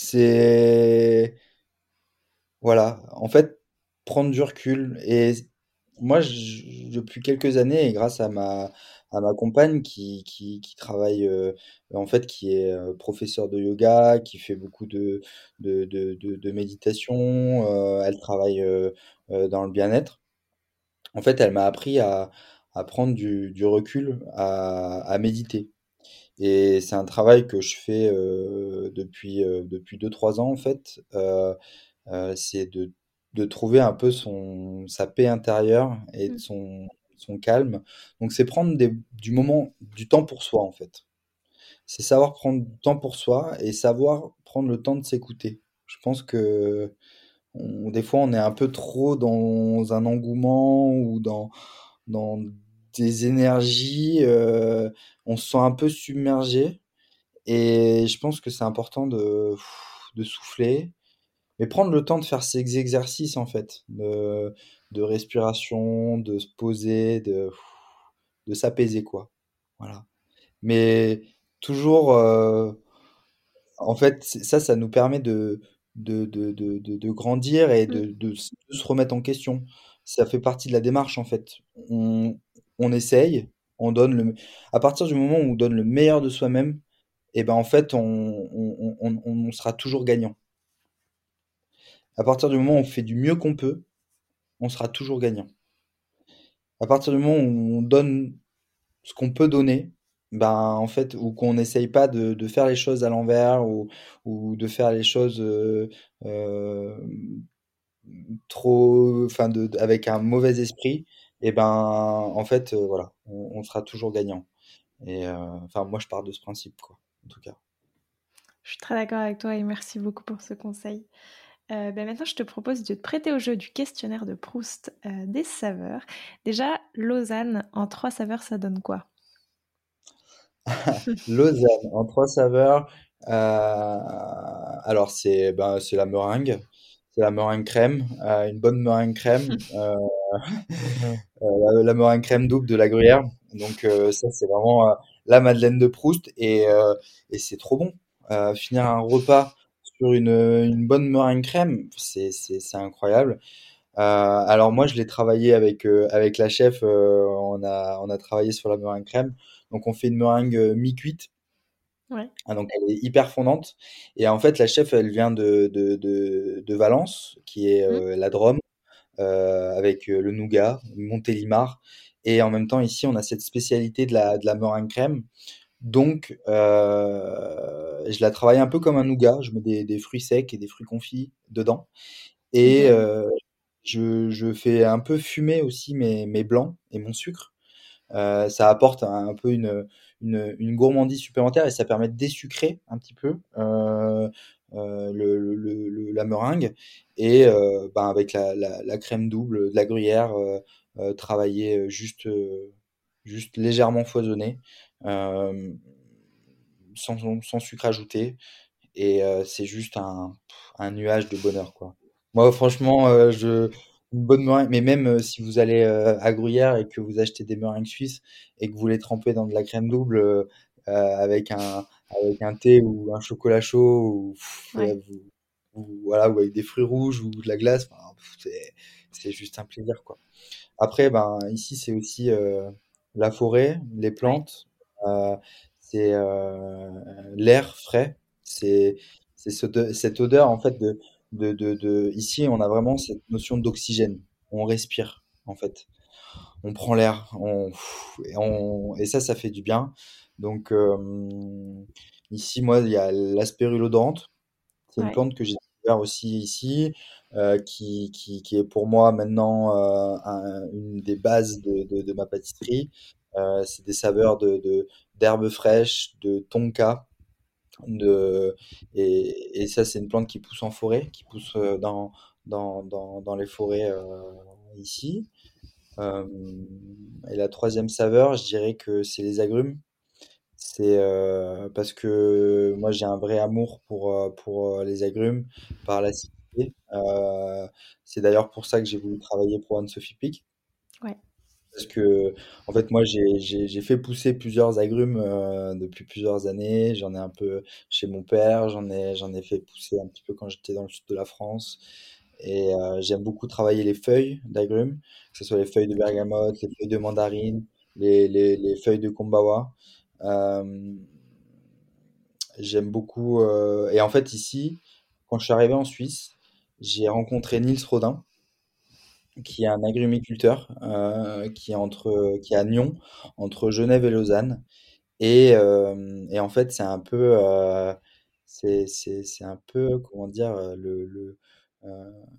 C'est Voilà, en fait, prendre du recul. Et moi, je- depuis quelques années, et grâce à ma, à ma compagne qui, qui, qui travaille, euh, en fait, qui est euh, professeure de yoga, qui fait beaucoup de, de, de, de, de méditation, euh, elle travaille euh, euh, dans le bien-être. En fait, elle m'a appris à, à prendre du, du recul, à, à méditer. Et c'est un travail que je fais euh, depuis, euh, depuis deux trois ans, en fait. Euh, euh, c'est de, de trouver un peu son, sa paix intérieure et de Mmh. son, son calme. Donc c'est prendre des, du moment, du temps pour soi en fait. C'est savoir prendre du temps pour soi et savoir prendre le temps de s'écouter. Je pense que on- des fois on est un peu trop dans un engouement ou dans, dans des énergies, euh, on se sent un peu submergé et je pense que c'est important de, de souffler mais prendre le temps de faire ces exercices, en fait, de, de respiration, de se poser, de, de s'apaiser, quoi. Voilà. Mais toujours, euh, en fait, c'est- ça, ça nous permet de, de, de, de, de, de grandir et Mmh. de, de, s- de se remettre en question. Ça fait partie de la démarche, en fait. On, on essaye, on donne le, à partir du moment où on donne le meilleur de soi-même, et ben, en fait, on, on, on, on on sera toujours gagnant. À partir du moment où on fait du mieux qu'on peut, on sera toujours gagnant. À partir du moment où on donne ce qu'on peut donner, ben, en fait, ou qu'on n'essaye pas de, de faire les choses à l'envers ou, ou de faire les choses euh, euh, trop, enfin, de, de- avec un mauvais esprit, et ben, en fait, euh, voilà, on, on sera toujours gagnant. Et euh, enfin, moi, je pars de ce principe, quoi, en tout cas. Je suis très d'accord avec toi et merci beaucoup pour ce conseil. Heu, bah, maintenant, je te propose de te prêter au jeu du questionnaire de Proust, heu, des saveurs. Déjà, Lausanne en trois saveurs, ça donne quoi? Lausanne en trois saveurs. euh, alors c'est ben, c'est la meringue, c'est la meringue crème, euh, une bonne meringue crème, euh, euh, la, la meringue crème double de la Gruyère. Donc euh, ça c'est vraiment euh, la Madeleine de Proust et euh, et c'est trop bon. Euh, finir un repas sur une, une bonne meringue crème, c'est c'est c'est incroyable. Euh, alors moi je l'ai travaillé avec euh, avec la chef, euh, on a on a travaillé sur la meringue crème. Donc on fait une meringue euh, mi-cuite. Ouais. Ah, donc elle est hyper fondante. Et en fait, la chef, elle vient de, de, de, de Valence, qui est Mmh. euh, la Drôme, euh, avec euh, le nougat, Montélimar. Et en même temps, ici, on a cette spécialité de la, de la meringue crème. Donc, euh, je la travaille un peu comme un nougat. Je mets des, des fruits secs et des fruits confits dedans. Et Génial. euh, je je fais un peu fumer aussi mes mes blancs et mon sucre. Heu, ça apporte un un peu une, une, une gourmandise supplémentaire et ça permet de désucrer un petit peu, heu heu, le le le le la meringue et heu, ben, avec la la la crème double de la gruyère, heu heu, travaillée, heu, juste, heu, juste légèrement foisonnée, hem, sans sans sucre ajouté et heu, c'est juste un un nuage de bonheur, quoi. Moi, franchement, heu, je une bonne meringue mais même, heu, si vous allez, heu, à Gruyère et que vous achetez des meringues suisses et que vous les trempez dans de la crème double, heu heu, avec un avec un thé ou un chocolat chaud ou Ouais, heu, vous ou voilà, ou avec des fruits rouges ou de la glace, enfin, c'est c'est juste un plaisir, quoi. Après, ben, ici, c'est aussi, heu, la forêt, les ouais, plantes, heu, c'est, heu, l'air frais. C'est c'est cette cette odeur, en fait, de de de de ici, on a vraiment cette notion d'oxygène. On respire, en fait. On prend l'air, on et on et ça, ça fait du bien. Donc, hem, ici, moi, il y a l'aspérulodorante. C'est une ouais. plante que j'ai découvert aussi ici, heu, qui qui qui est pour moi maintenant, heu, un une des bases de de de ma pâtisserie. Heu, c'est des saveurs de de d'herbes fraîches, de tonka, de et et ça, c'est une plante qui pousse en forêt, qui pousse, heu, dans dans dans dans les forêts, heu, ici. Hem et la troisième saveur, je dirais que c'est les agrumes. C'est, heu, parce que moi j'ai un vrai amour pour, heu, pour, heu, les agrumes par l'acidité. Heu, c'est d'ailleurs pour ça que j'ai voulu travailler pour Anne-Sophie Pic. Ouais. Parce que en fait moi j'ai j'ai j'ai fait pousser plusieurs agrumes, heu, depuis plusieurs années. J'en ai un peu chez mon père, j'en ai j'en ai fait pousser un petit peu quand j'étais dans le sud de la France et heu, j'aime beaucoup travailler les feuilles d'agrumes, que ce soit les feuilles de OK. bergamote, les feuilles de mandarine, les les les feuilles de kombawa. Hem J'aime beaucoup, heu et en fait ici, quand je suis arrivé en Suisse, j'ai rencontré Niels Rodin, qui est un agrumiculteur, heu, qui est entre qui est à Nyon, entre Genève et Lausanne et hem et en fait, c'est un peu, heu, c'est c'est c'est un peu, comment dire? Heu, le le, heu,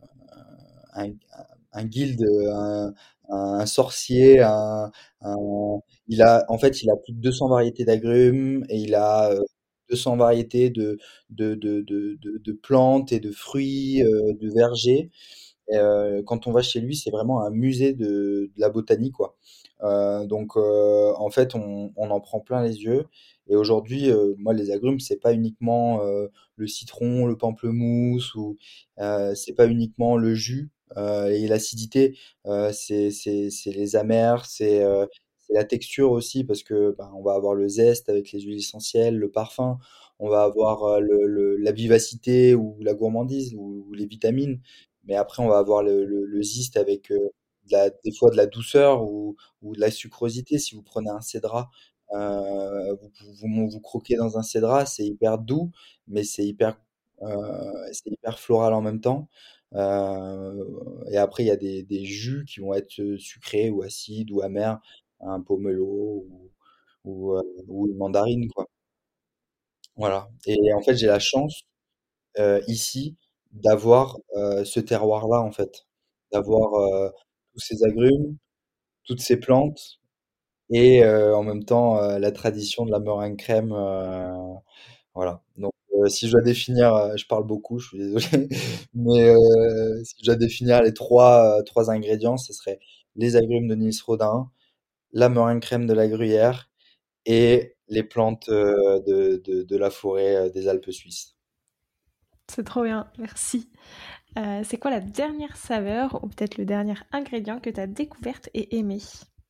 un un guilde, un un sorcier, un un il a en fait, il a plus de deux cents variétés d'agrumes et il a, heu, deux cents variétés de de de de de de plantes et de fruits, heu, de vergers. Et heu, quand on va chez lui, c'est vraiment un musée de de la botanique, quoi. Heu, donc heu, en fait, on on en prend plein les yeux et aujourd'hui, heu, moi, les agrumes, c'est pas uniquement, heu, le citron, le pamplemousse ou heu, c'est pas uniquement le jus, heu et l'acidité, heu, c'est c'est c'est les amers, c'est, heu, c'est la texture aussi parce que, ben, on va avoir le zeste avec les huiles essentielles, le parfum, on va avoir, heu, le le la vivacité ou la gourmandise ou ou les vitamines. Mais après, on va avoir le, le, le zeste avec euh, de la, des fois de la douceur ou, ou de la sucrosité. Si vous prenez un cédrat, euh, vous, vous, vous, vous croquez dans un cédrat, c'est hyper doux, mais c'est hyper, euh, c'est hyper floral en même temps. Euh, et après, il y a des, des jus qui vont être euh, sucrés ou acides ou amers, un pomelo ou, ou, euh, ou une mandarine, quoi. Voilà. Et en fait, j'ai la chance heu, ici, d'avoir, heu, ce terroir-là, en fait. D'avoir, heu, tous ces agrumes, toutes ces plantes et heu, en même temps, heu, la tradition de la meringue crème, heu, voilà. Donc heu, si je dois définir, heu, je parle beaucoup, je suis désolé, mais heu, si je dois définir les trois, heu, trois ingrédients, ce serait les agrumes de Niels Rodin, la meringue crème de la Gruyère et les plantes, heu, de de de la forêt, heu, des Alpes suisses. C'est trop bien, merci. Euh, c'est quoi la dernière saveur ou peut-être le dernier ingrédient que tu as découverte et aimé?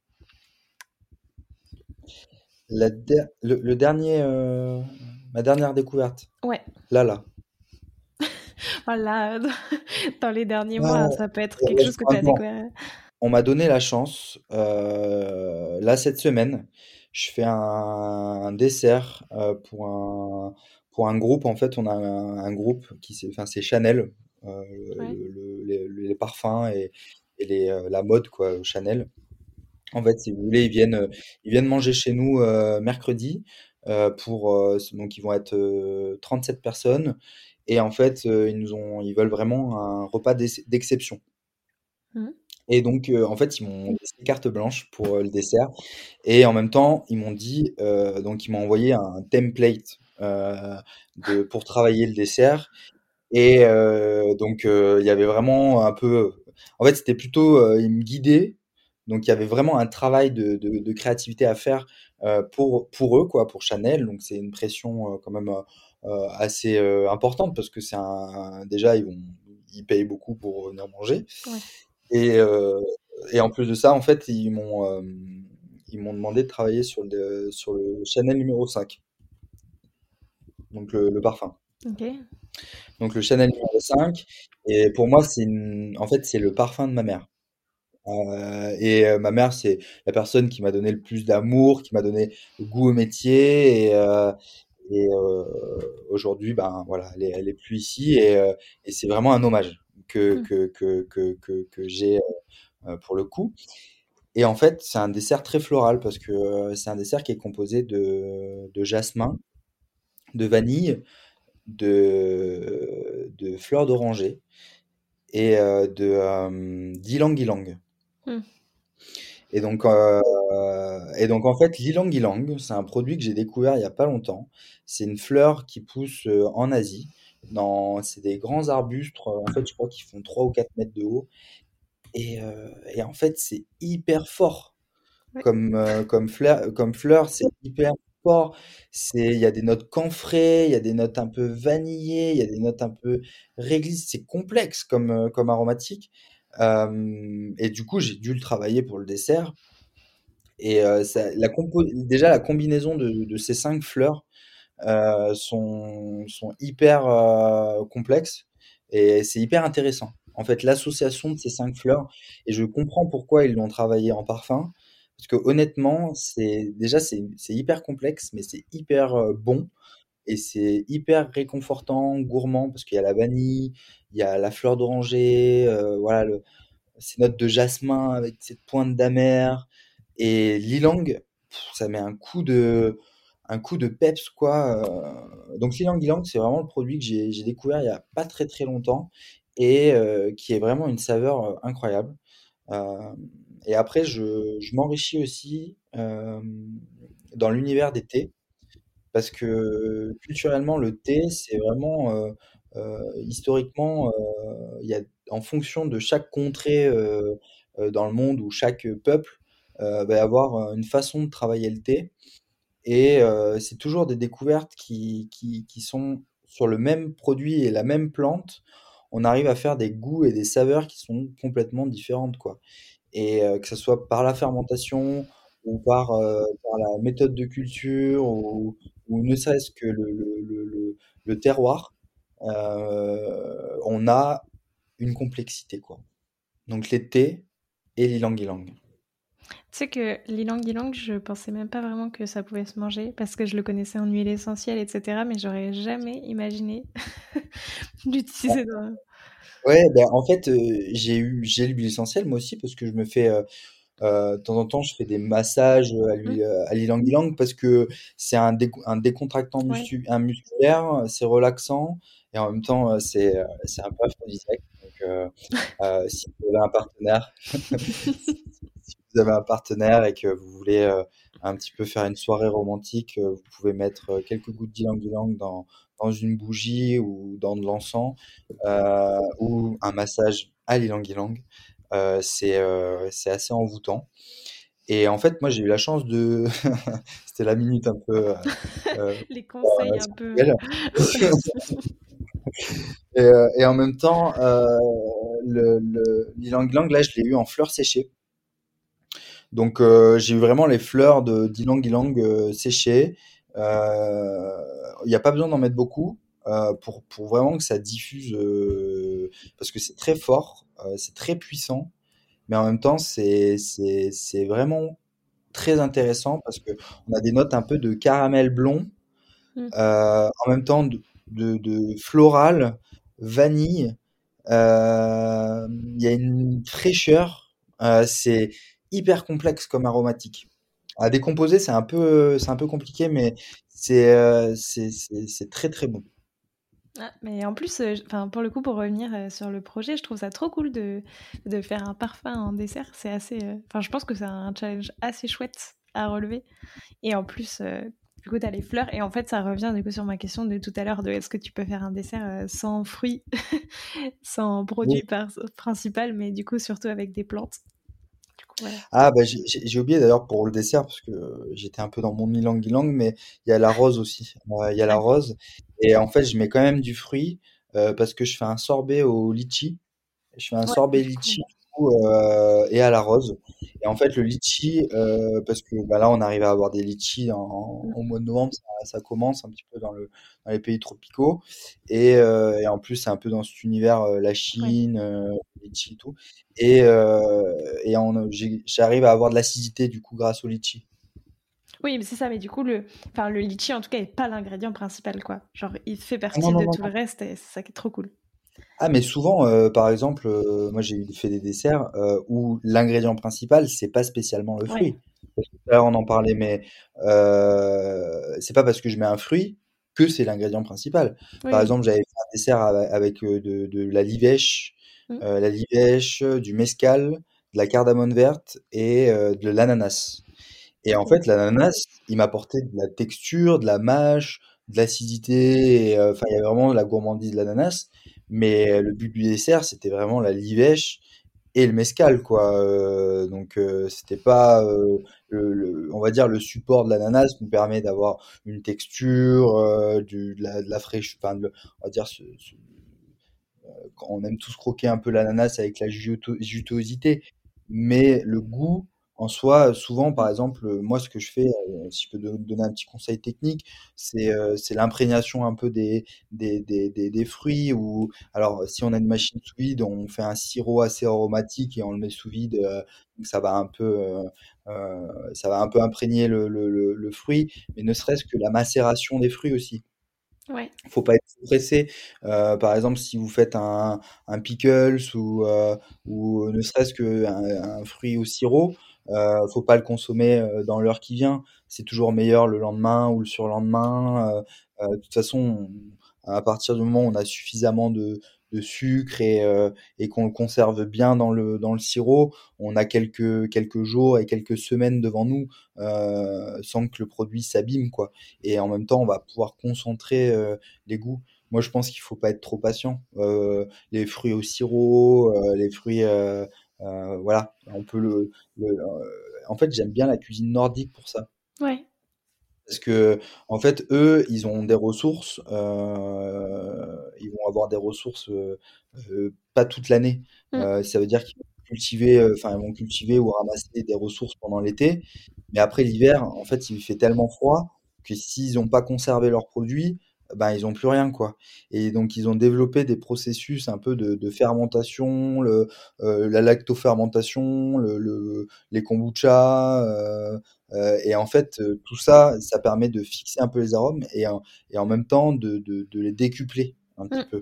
La der le le dernier, heu, ma dernière découverte, Ouais, là, là. voilà, dans les derniers Ah, mois, ça peut être ouais, quelque ouais, chose que tu as franchement, découvert. on m'a donné la chance, heu, là, cette semaine, je fais un un dessert, heu, pour un pour un groupe. En fait, on a un un groupe qui s'est enfin, c'est Chanel, heu, Ouais, le le les les parfums et et les, heu, la mode, quoi, Chanel. En fait, si vous voulez, ils viennent, heu, ils viennent manger chez nous, heu, mercredi, heu, pour, heu, s donc ils vont être, heu, trente-sept personnes et en fait, heu, ils nous ont ils veulent vraiment un repas d'ex d'exception. Et donc, heu, en fait, ils m'ont laissé carte blanche pour, heu, le dessert et en même temps, ils m'ont dit, heu, donc ils m'ont envoyé un template, heu, de pour travailler le dessert et heu, donc heu, il y avait vraiment un peu en fait, c'était plutôt, heu, ils me guidaient, donc il y avait vraiment un travail de de de créativité à faire, heu, pour pour eux, quoi, pour Chanel, donc c'est une pression, heu, quand même, heu heu, assez, heu, importante parce que c'est un déjà, ils vont ils payent beaucoup pour venir manger Ouais. et heu et en plus de ça, en fait, ils m'ont, hem, ils m'ont demandé de travailler sur le sur le Chanel numéro cinq, donc le le parfum. OK. Donc le Chanel numéro cinq et pour moi, c'est une en fait, c'est le parfum de ma mère. Heu et heu, ma mère, c'est la personne qui m'a donné le plus d'amour, qui m'a donné goût au métier et heu et heu, aujourd'hui, ben, voilà, elle est elle est plus ici et heu et c'est vraiment un hommage que Mmh. que que que que que j'ai, heu, pour le coup et en fait, c'est un dessert très floral parce que, heu, c'est un dessert qui est composé de de jasmin, de vanille, de de fleurs d'oranger et heu, de, hem, d'ylang-ylang. Mmh. Et donc, heu et donc en fait, l'ylang-ylang, c'est un produit que j'ai découvert il y a pas longtemps. C'est une fleur qui pousse, heu, en Asie. Dans c'est des grands arbustes, en fait, je crois qu'ils font trois ou quatre mètres de haut et heu et en fait, c'est hyper fort Ouais. comme, heu, comme fleur comme fleur, c'est hyper fort. C'est il y a des notes camphrées, il y a des notes un peu vanillées, il y a des notes un peu réglisse. C'est complexe comme, heu, comme aromatique, hem et du coup, j'ai dû le travailler pour le dessert et heu, ça la compo déjà la combinaison de de ces cinq fleurs, heu, sont sont hyper, heu, complexes et c'est hyper intéressant. En fait, l'association de ces cinq fleurs et je comprends pourquoi ils l'ont travaillé en parfum, parce que honnêtement, c'est déjà c'est c'est hyper complexe, mais c'est hyper, heu, bon et c'est hyper réconfortant, gourmand parce qu'il y a la vanille, il y a la fleur d'oranger, heu, voilà le ces notes de jasmin avec cette pointe d'amer et l'ylang, pff, ça met un coup de un coup de peps quoi. euh. Donc l'ylang ylang, c'est vraiment le produit que j'ai j'ai découvert il y a pas très très longtemps et euh, qui est vraiment une saveur euh, incroyable. Euh, et après, je, je m'enrichis aussi euh, dans l'univers des thés parce que culturellement, le thé, c'est vraiment euh, euh, historiquement, euh, il y a, en fonction de chaque contrée euh, euh, dans le monde ou chaque peuple, euh, va y avoir euh, une façon de travailler le thé. Et euh, c'est toujours des découvertes qui, qui, qui sont sur le même produit et la même plante. On arrive à faire des goûts et des saveurs qui sont complètement différentes, quoi. Et euh, que ce soit par la fermentation ou par, euh, par la méthode de culture ou, ou ne serait-ce que le, le, le, le- le terroir, euh, on a une complexité, quoi. Donc l'été et l'ilang-ilang. Tu sais que l'ilang-ilang, je pensais même pas vraiment que ça pouvait se manger parce que je le connaissais en huile essentielle, et cetera. Mais j'aurais jamais imaginé d'utiliser dans... Ouais, ben en fait, euh, j'ai eu j'ai l'huile essentielle moi aussi parce que je me fais euh, euh, de temps en temps je fais des massages à Mmh. l'huile à l'ilang-ilang parce que c'est un, déco- un décontractant Ouais. muscu- un musculaire, c'est relaxant et en même temps euh, c'est euh, c'est un peu aphrodisiaque. Donc euh, euh, si vous avez un partenaire, si si vous avez un partenaire et que vous voulez euh, un petit peu faire une soirée romantique, euh, vous pouvez mettre euh, quelques gouttes d'ylang-ylang dans dans une bougie ou dans de l'encens euh, ou un massage à l'ilang-ilang. Euh, c'est euh, c'est assez envoûtant. Et en fait, moi, j'ai eu la chance de... C'était la minute un peu euh, euh, Les conseils un peu... spirituelle. Et, euh, et en même temps, euh, le, le, l'ilang-ilang, là, je l'ai eu en fleurs séchées. Donc, euh, j'ai eu vraiment les fleurs de d'ylang-ylang euh, séchées. Euh, Il n'y a pas besoin d'en mettre beaucoup euh, pour, pour vraiment que ça diffuse, euh, parce que c'est très fort, euh, c'est très puissant, mais en même temps, c'est c'est c'est vraiment très intéressant parce que on a des notes un peu de caramel blond, Mmh. euh, en même temps de, de, de floral, vanille. Euh, Il y a une fraîcheur. Euh, c'est hyper complexe comme aromatique. À décomposer, c'est un peu, c'est un peu compliqué, mais c'est euh, c'est c'est c'est très très bon. Ah, mais en plus, euh, j- enfin, pour le coup, pour revenir euh, sur le projet, je trouve ça trop cool de, de faire un parfum en dessert. C'est assez. euh, Enfin, je pense que c'est un challenge assez chouette à relever. Et en plus, euh, du coup, tu as les fleurs. Et en fait, ça revient du coup sur ma question de tout à l'heure de est-ce que tu peux faire un dessert euh, sans fruits, sans Oui. produit par- principal, mais du coup, surtout avec des plantes. Du coup, voilà. Ah, bah, j'ai j'ai- j'ai oublié d'ailleurs pour le dessert, parce que euh, j'étais un peu dans mon ilang-ilang, mais il y a la rose aussi. Euh, Il y a la Ouais. rose. Et en fait, je mets quand même du fruit euh, parce que je fais un sorbet au litchi. Je fais un Ouais, sorbet du coup. litchi du coup, euh, et à la rose. Et en fait, le litchi, euh, parce que bah, là, on arrive à avoir des litchis en- au mois de novembre, ça, ça commence un petit peu dans le, dans les pays tropicaux. Et, euh, et en plus, c'est un peu dans cet univers, euh, la Ouais. Chine, euh, litchi et tout. Et, euh, et en- j'ai- j'arrive à avoir de l'acidité du coup grâce au litchi. Oui, mais c'est ça, mais du coup, le, enfin, le litchi, en tout cas, n'est pas l'ingrédient principal, quoi. Genre, il fait Ah non, partie non, de non, tout le non. reste et c'est ça qui est trop cool. Ah, mais souvent, euh, par exemple, euh, moi j'ai eu- fait des desserts euh, où l'ingrédient principal, c'est pas spécialement le Ouais, fruit. Parce que tout à l'heure, on en parlait, mais euh, c'est pas parce que je mets un fruit que c'est l'ingrédient principal. oui, Par oui. exemple, j'avais fait un dessert ava- avec euh, de, de la livèche, Mm. euh, la livèche, du mescal, de la cardamome verte et euh, de l'ananas. Et en Ok. fait, l'ananas, il m'apportait de la texture, de la mâche, de l'acidité, et, euh, enfin, il y avait vraiment de la gourmandise de l'ananas. Mais le but du dessert, c'était vraiment la livèche et le mescal, quoi. Euh, donc, euh, c'était pas, euh, le, le- on va dire, le support de l'ananas nous permet d'avoir une texture, euh, du, de la, de la fraîche, enfin, de le- on va dire, ce, ce- quand on aime tous croquer un peu l'ananas avec la juto- jutosité, mais le goût en soi, souvent, par Mm. exemple, euh, moi, ce que je fais, euh, si je peux te donner un petit conseil technique, c'est euh, c'est l'imprégnation un peu des, des, des, des, des fruits. Ou alors, si on a une machine sous vide, on fait un sirop assez aromatique et on le met sous vide, euh, donc ça va un peu, euh, euh, ça va un peu imprégner le, le, le, le fruit, mais ne serait-ce que la macération des fruits aussi. Ouais. Faut pas être trop pressé. Euh, par exemple, si vous faites un, un pickles ou, euh, ou ne serait-ce qu'un un fruit au sirop, euh, faut pas le consommer euh, dans l'heure qui vient. C'est toujours meilleur le lendemain ou le surlendemain. Euh, euh, de toute façon, on- à partir du moment où on a suffisamment de, de sucre et, euh, et qu'on le conserve bien dans le, dans le sirop, on a quelques, quelques jours et quelques semaines devant nous euh, sans que le produit s'abîme, quoi. Et en même temps, on va pouvoir concentrer euh, les goûts. Moi, je pense qu'il faut pas être trop patient. Euh, les fruits au sirop, euh, les fruits, euh, euh, voilà, on peut le, le- euh, en fait, j'aime bien la cuisine nordique pour ça. Ouais. Parce que, en fait, eux, ils ont des ressources, euh, ils vont avoir des ressources euh, euh, pas toute l'année. Mm. Euh, ça veut dire qu'ils vont cultiver, euh, enfin, ils vont cultiver ou ramasser des ressources pendant l'été, mais après l'hiver, en fait, il fait tellement froid que s'ils n'ont pas conservé leurs produits, ben ils ont plus rien, quoi. Et donc ils ont développé des processus un peu de, de fermentation, le, euh, la lactofermentation, le, le- les kombucha. euh, euh, et en fait, euh, tout ça, ça permet de fixer un peu les arômes et, en- et en même temps de, de- de les décupler un petit Mm. peu.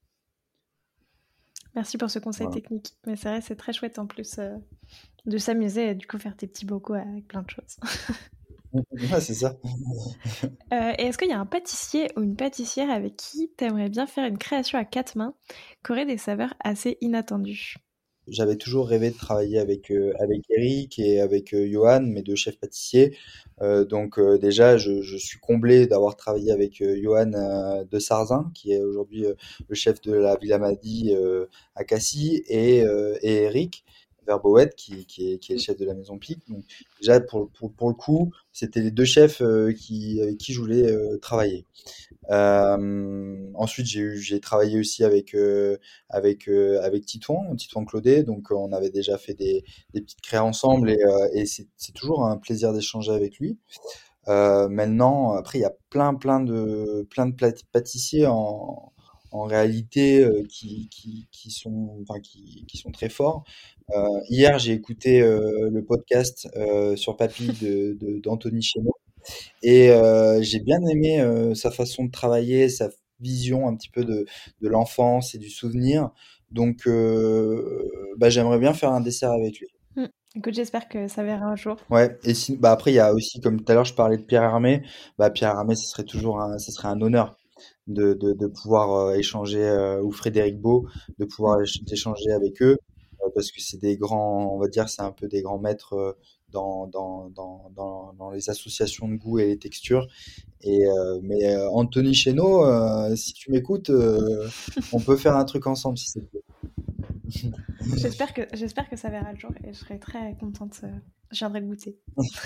Merci pour ce conseil Voilà. technique. Mais c'est vrai, c'est très chouette en plus euh, de s'amuser et du coup faire tes petits bocaux avec plein de choses. Ouais, c'est ça. Euh, et est-ce qu'il y a un pâtissier ou une pâtissière avec qui t'aimerais bien faire une création à quatre mains qui aurait des saveurs assez inattendues? J'avais toujours rêvé de travailler avec, euh, avec Eric et avec euh, Johan, mes deux chefs pâtissiers. Euh, donc euh, déjà, je, je suis comblé d'avoir travaillé avec euh, Johan euh, de Sarzin, qui est aujourd'hui euh, le chef de la Villa Madi euh, à Cassis, et, euh, et Eric Verboët, qui, qui est, qui est le Mm. chef de la Maison Pic. Donc déjà, pour, pour, pour le coup, c'était les deux chefs euh, qui, avec qui je voulais euh, travailler. Euh, ensuite, j'ai eu, j'ai travaillé aussi avec euh, avec euh, avec Titouan, Titouan Claudet. Donc, euh, on avait déjà fait des, des petites créas ensemble et, euh, et c'est c'est toujours un plaisir d'échanger avec lui. Euh, maintenant, après, il y a plein plein de plein de plat- pâtissiers en en réalité euh, qui, qui, qui sont enfin qui, qui sont très forts. Euh, hier, j'ai écouté euh, le podcast euh, sur Papy de de- d'Anthony Chéneau et euh, j'ai bien aimé euh, sa façon de travailler, sa vision un petit peu de, de l'enfance et du souvenir. Donc, euh, bah, j'aimerais bien faire un dessert avec lui. Mm. Écoute, j'espère que ça verra un jour. Ouais. Et si, bah après, il y a aussi, comme tout à l'heure, je parlais de Pierre Hermé. Bah, Pierre Hermé, ce serait toujours un, ce serait un honneur. de, de, de pouvoir euh, échanger, euh, ou Frédéric Beau, de pouvoir Mm. éch- échanger avec eux, euh, parce que c'est des grands, on va dire, c'est un peu des grands maîtres euh, dans, dans, dans, dans, dans les associations de goût et les textures. Et, euh, mais euh, Anthony Chéneau, euh, si tu m'écoutes, euh, on peut faire un truc ensemble si c'est J'espère que, j'espère que ça verra le jour et je serai très contente. euh, Je viendrai goûter.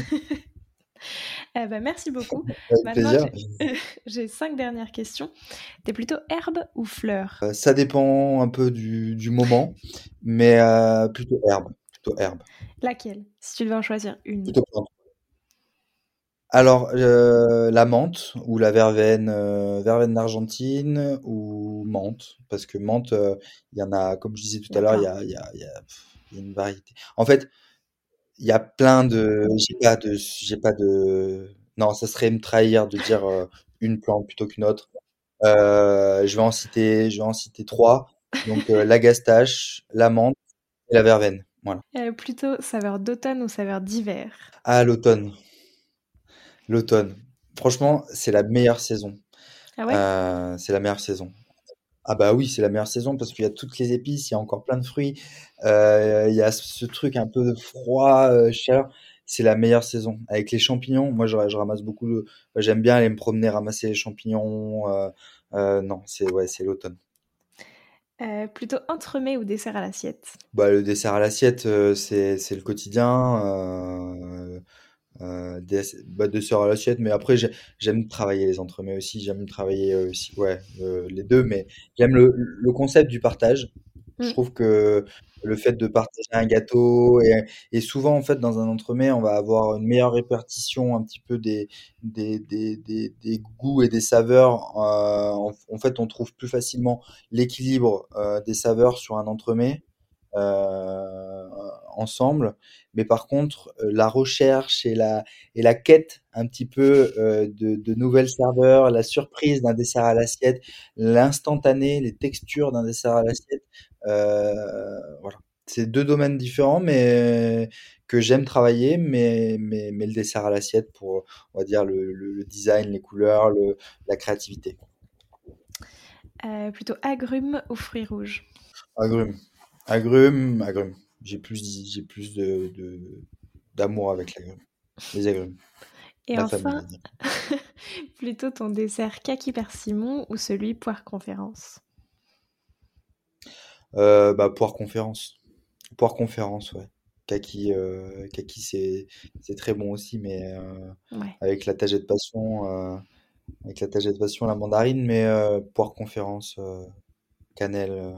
Eh ben, merci beaucoup. avec Maintenant, plaisir. j'ai j'ai cinq dernières questions. T'es plutôt herbe ou fleur? Euh, ça dépend un peu du, du moment, mais euh, plutôt herbe, plutôt herbe, Laquelle? Si tu devais en choisir une. plutôt plante. Alors, euh, la menthe ou la verveine, euh, verveine d'Argentine ou menthe, parce que menthe, euh, il y en a, comme je disais tout Il y à a l'heure, il y plein. a, il y a, il y a, pff, il y a une variété. En fait, il y a plein de, j'ai pas de, j'ai pas de, non, ça serait me trahir de dire euh, une plante plutôt qu'une autre. Euh, je vais en citer, je vais en citer trois. Donc, euh, la gastache, la menthe et la verveine. Voilà. Euh, plutôt saveur d'automne ou saveur d'hiver? Ah, l'automne, l'automne. Franchement, c'est la meilleure saison. Ah ouais? Euh, c'est la meilleure saison. Ah bah oui, c'est la meilleure saison parce qu'il y a toutes les épices, il y a encore plein de fruits, euh, il y a ce truc un peu de froid, euh, chaleur. C'est la meilleure saison. Avec les champignons, moi je, je ramasse beaucoup de... J'aime bien aller me promener, ramasser les champignons. euh, euh, non, c'est ouais, c'est l'automne. Euh, plutôt entremets ou dessert à l'assiette? Bah, le dessert à l'assiette, euh, c'est c'est le quotidien. euh, euh, des, bah, dessert à l'assiette, mais après j'ai- j'aime travailler les entremets aussi, j'aime travailler euh, aussi, ouais, euh, les deux, mais j'aime le, le concept du partage. Je Mm. trouve que le fait de partager un gâteau et, et souvent en fait dans un entremets on va avoir une meilleure répartition un petit peu des des, des, des, des goûts et des saveurs. Euh, en, en fait on trouve plus facilement l'équilibre euh, des saveurs sur un entremets euh, ensemble. Mais par contre, euh, la recherche et la, et la quête un petit peu euh, de, de nouvelles saveurs, la surprise d'un dessert à l'assiette, l'instantané, les textures d'un dessert à l'assiette, euh, voilà. C'est deux domaines différents, mais que j'aime travailler, mais, mais, mais le dessert à l'assiette pour, on va dire, le, le, le design, les couleurs, le, la créativité. Euh, plutôt agrumes ou fruits rouges? Agrumes, agrumes, agrumes. J'ai plus, j'ai plus de, de, d'amour avec l'agrumes. Les agrumes. Et La famille, enfin, les agrumes. plutôt ton dessert kaki persimon ou celui poire conférence? Euh, bah, poire conférence. Poire conférence, ouais. Kaki, euh, kaki c'est, c'est très bon aussi, mais euh, Ouais. avec la tagette passion, euh, avec la tagette passion, la mandarine, mais euh, poire conférence, euh, cannelle euh,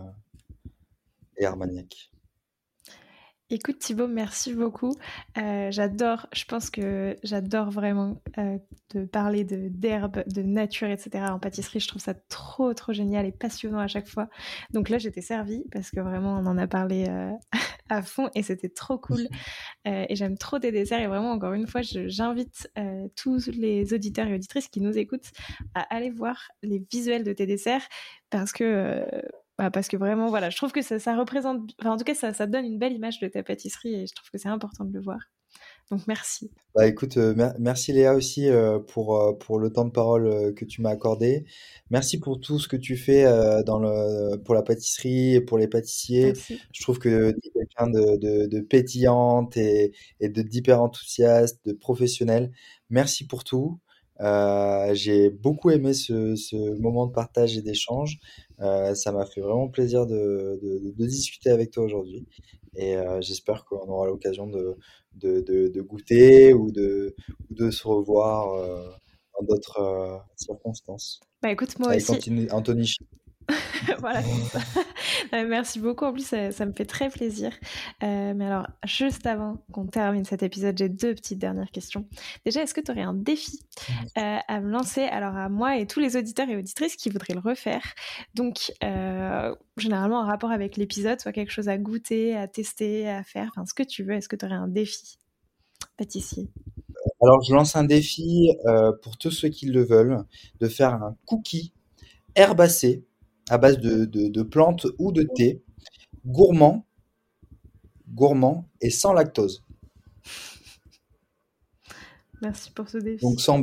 et armagnac. Écoute Thibaut, merci beaucoup. Euh, j'adore, je pense que j'adore vraiment euh, de parler de d'herbes, de nature, et cetera en pâtisserie. Je trouve ça trop trop génial et passionnant à chaque fois. Donc là, j'étais servie parce que vraiment on en a parlé euh, à fond et c'était trop cool. Euh, et j'aime trop tes desserts et vraiment encore une fois, je- j'invite euh, tous les auditeurs et auditrices qui nous écoutent à aller voir les visuels de tes desserts parce que euh, bah, parce que vraiment, voilà, je trouve que ça, ça représente, enfin, en tout cas, ça, ça donne une belle image de ta pâtisserie et je trouve que c'est important de le voir. Donc, merci. Bah écoute, euh, mer- merci Léa aussi euh, pour, euh, pour le temps de parole euh, que tu m'as accordé. Merci pour tout ce que tu fais euh, dans le, pour la pâtisserie et pour les pâtissiers. Merci. Je trouve que tu es quelqu'un de, de, de pétillante et, et de d'hyper enthousiaste, de professionnel. Merci pour tout. Euh, j'ai beaucoup aimé ce, ce moment de partage et d'échange. Euh, ça m'a fait vraiment plaisir de, de, de- de discuter avec toi aujourd'hui. Et euh, j'espère qu'on aura l'occasion de de, de, de goûter ou de, ou de se revoir euh, dans d'autres euh, circonstances. Bah écoute, moi Avec aussi, Anthony, Anthony Ch- voilà, c'est ça. Euh, merci beaucoup. En plus, ça, ça me fait très plaisir. Euh, mais alors, juste avant qu'on termine cet épisode, j'ai deux petites dernières questions. Déjà, est-ce que tu aurais un défi euh, à me lancer, alors à moi et tous les auditeurs et auditrices qui voudraient le refaire? Donc, euh, généralement en rapport avec l'épisode, soit quelque chose à goûter, à tester, à faire, enfin ce que tu veux. Est-ce que tu aurais un défi pâtissier? Alors, je lance un défi euh, pour tous ceux qui le veulent, de faire un cookie herbacé à base de, de, de plantes ou de thé, gourmand, gourmand et sans lactose, Merci pour ce donc défi. sans beurre.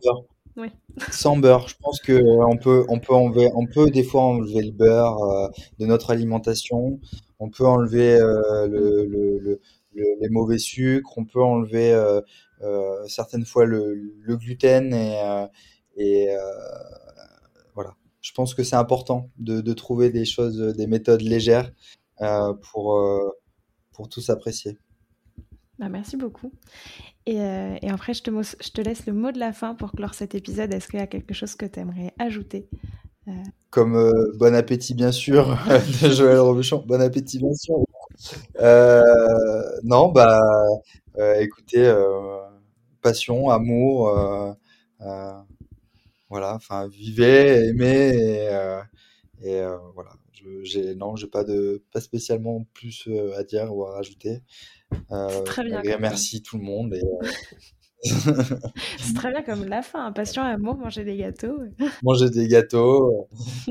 Oui. Sans beurre. Je pense que euh, on peut, on peut enlever, on peut des fois enlever le beurre euh, de notre alimentation. On peut enlever euh, Mm. le, le- le- le- les mauvais sucres. On peut enlever euh, euh, certaines fois le, le gluten et, euh, et euh, voilà. Je pense que c'est important de, de trouver des choses, des méthodes légères euh, pour euh, pour tous apprécier. Bah, merci beaucoup. Et, euh, et après, je te, mo- je te laisse le mot de la fin pour clore cet épisode. Est-ce qu'il y a quelque chose que tu aimerais ajouter? Euh, Comme euh, Bon appétit bien sûr de Joël Robuchon. Bon appétit bien sûr. Euh, non, bah, euh, écoutez, euh, passion, amour, euh, euh, voilà, enfin, vivez, aimez, et, euh, et euh, voilà. Je, j'ai, non, j'ai pas de, pas spécialement plus euh, à dire ou à rajouter. c'est Euh, très bien malgré comme ça. merci tout le monde. Et, euh, C'est très bien comme la fin. Hein. Passion, amour, manger des gâteaux. manger des gâteaux.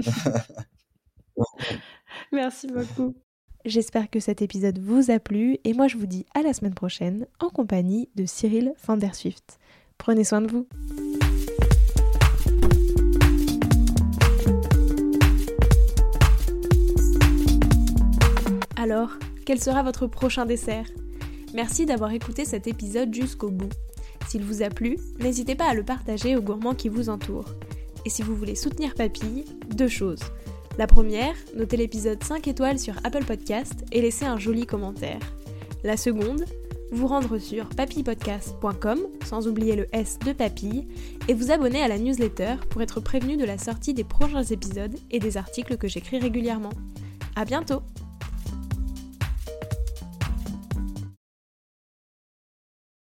Merci beaucoup. J'espère que cet épisode vous a plu et moi je vous dis à la semaine prochaine en compagnie de Cyril van der Swift. Prenez soin de vous. Alors, quel sera votre prochain dessert ? Merci d'avoir écouté cet épisode jusqu'au bout. S'il vous a plu, n'hésitez pas à le partager aux gourmands qui vous entourent. Et si vous voulez soutenir Papille, deux choses. La première, notez l'épisode cinq étoiles sur Apple Podcast et laissez un joli commentaire. La seconde, vous rendre sur papillepodcast point com, sans oublier le S de Papille, et vous abonner à la newsletter pour être prévenu de la sortie des prochains épisodes et des articles que j'écris régulièrement. À bientôt!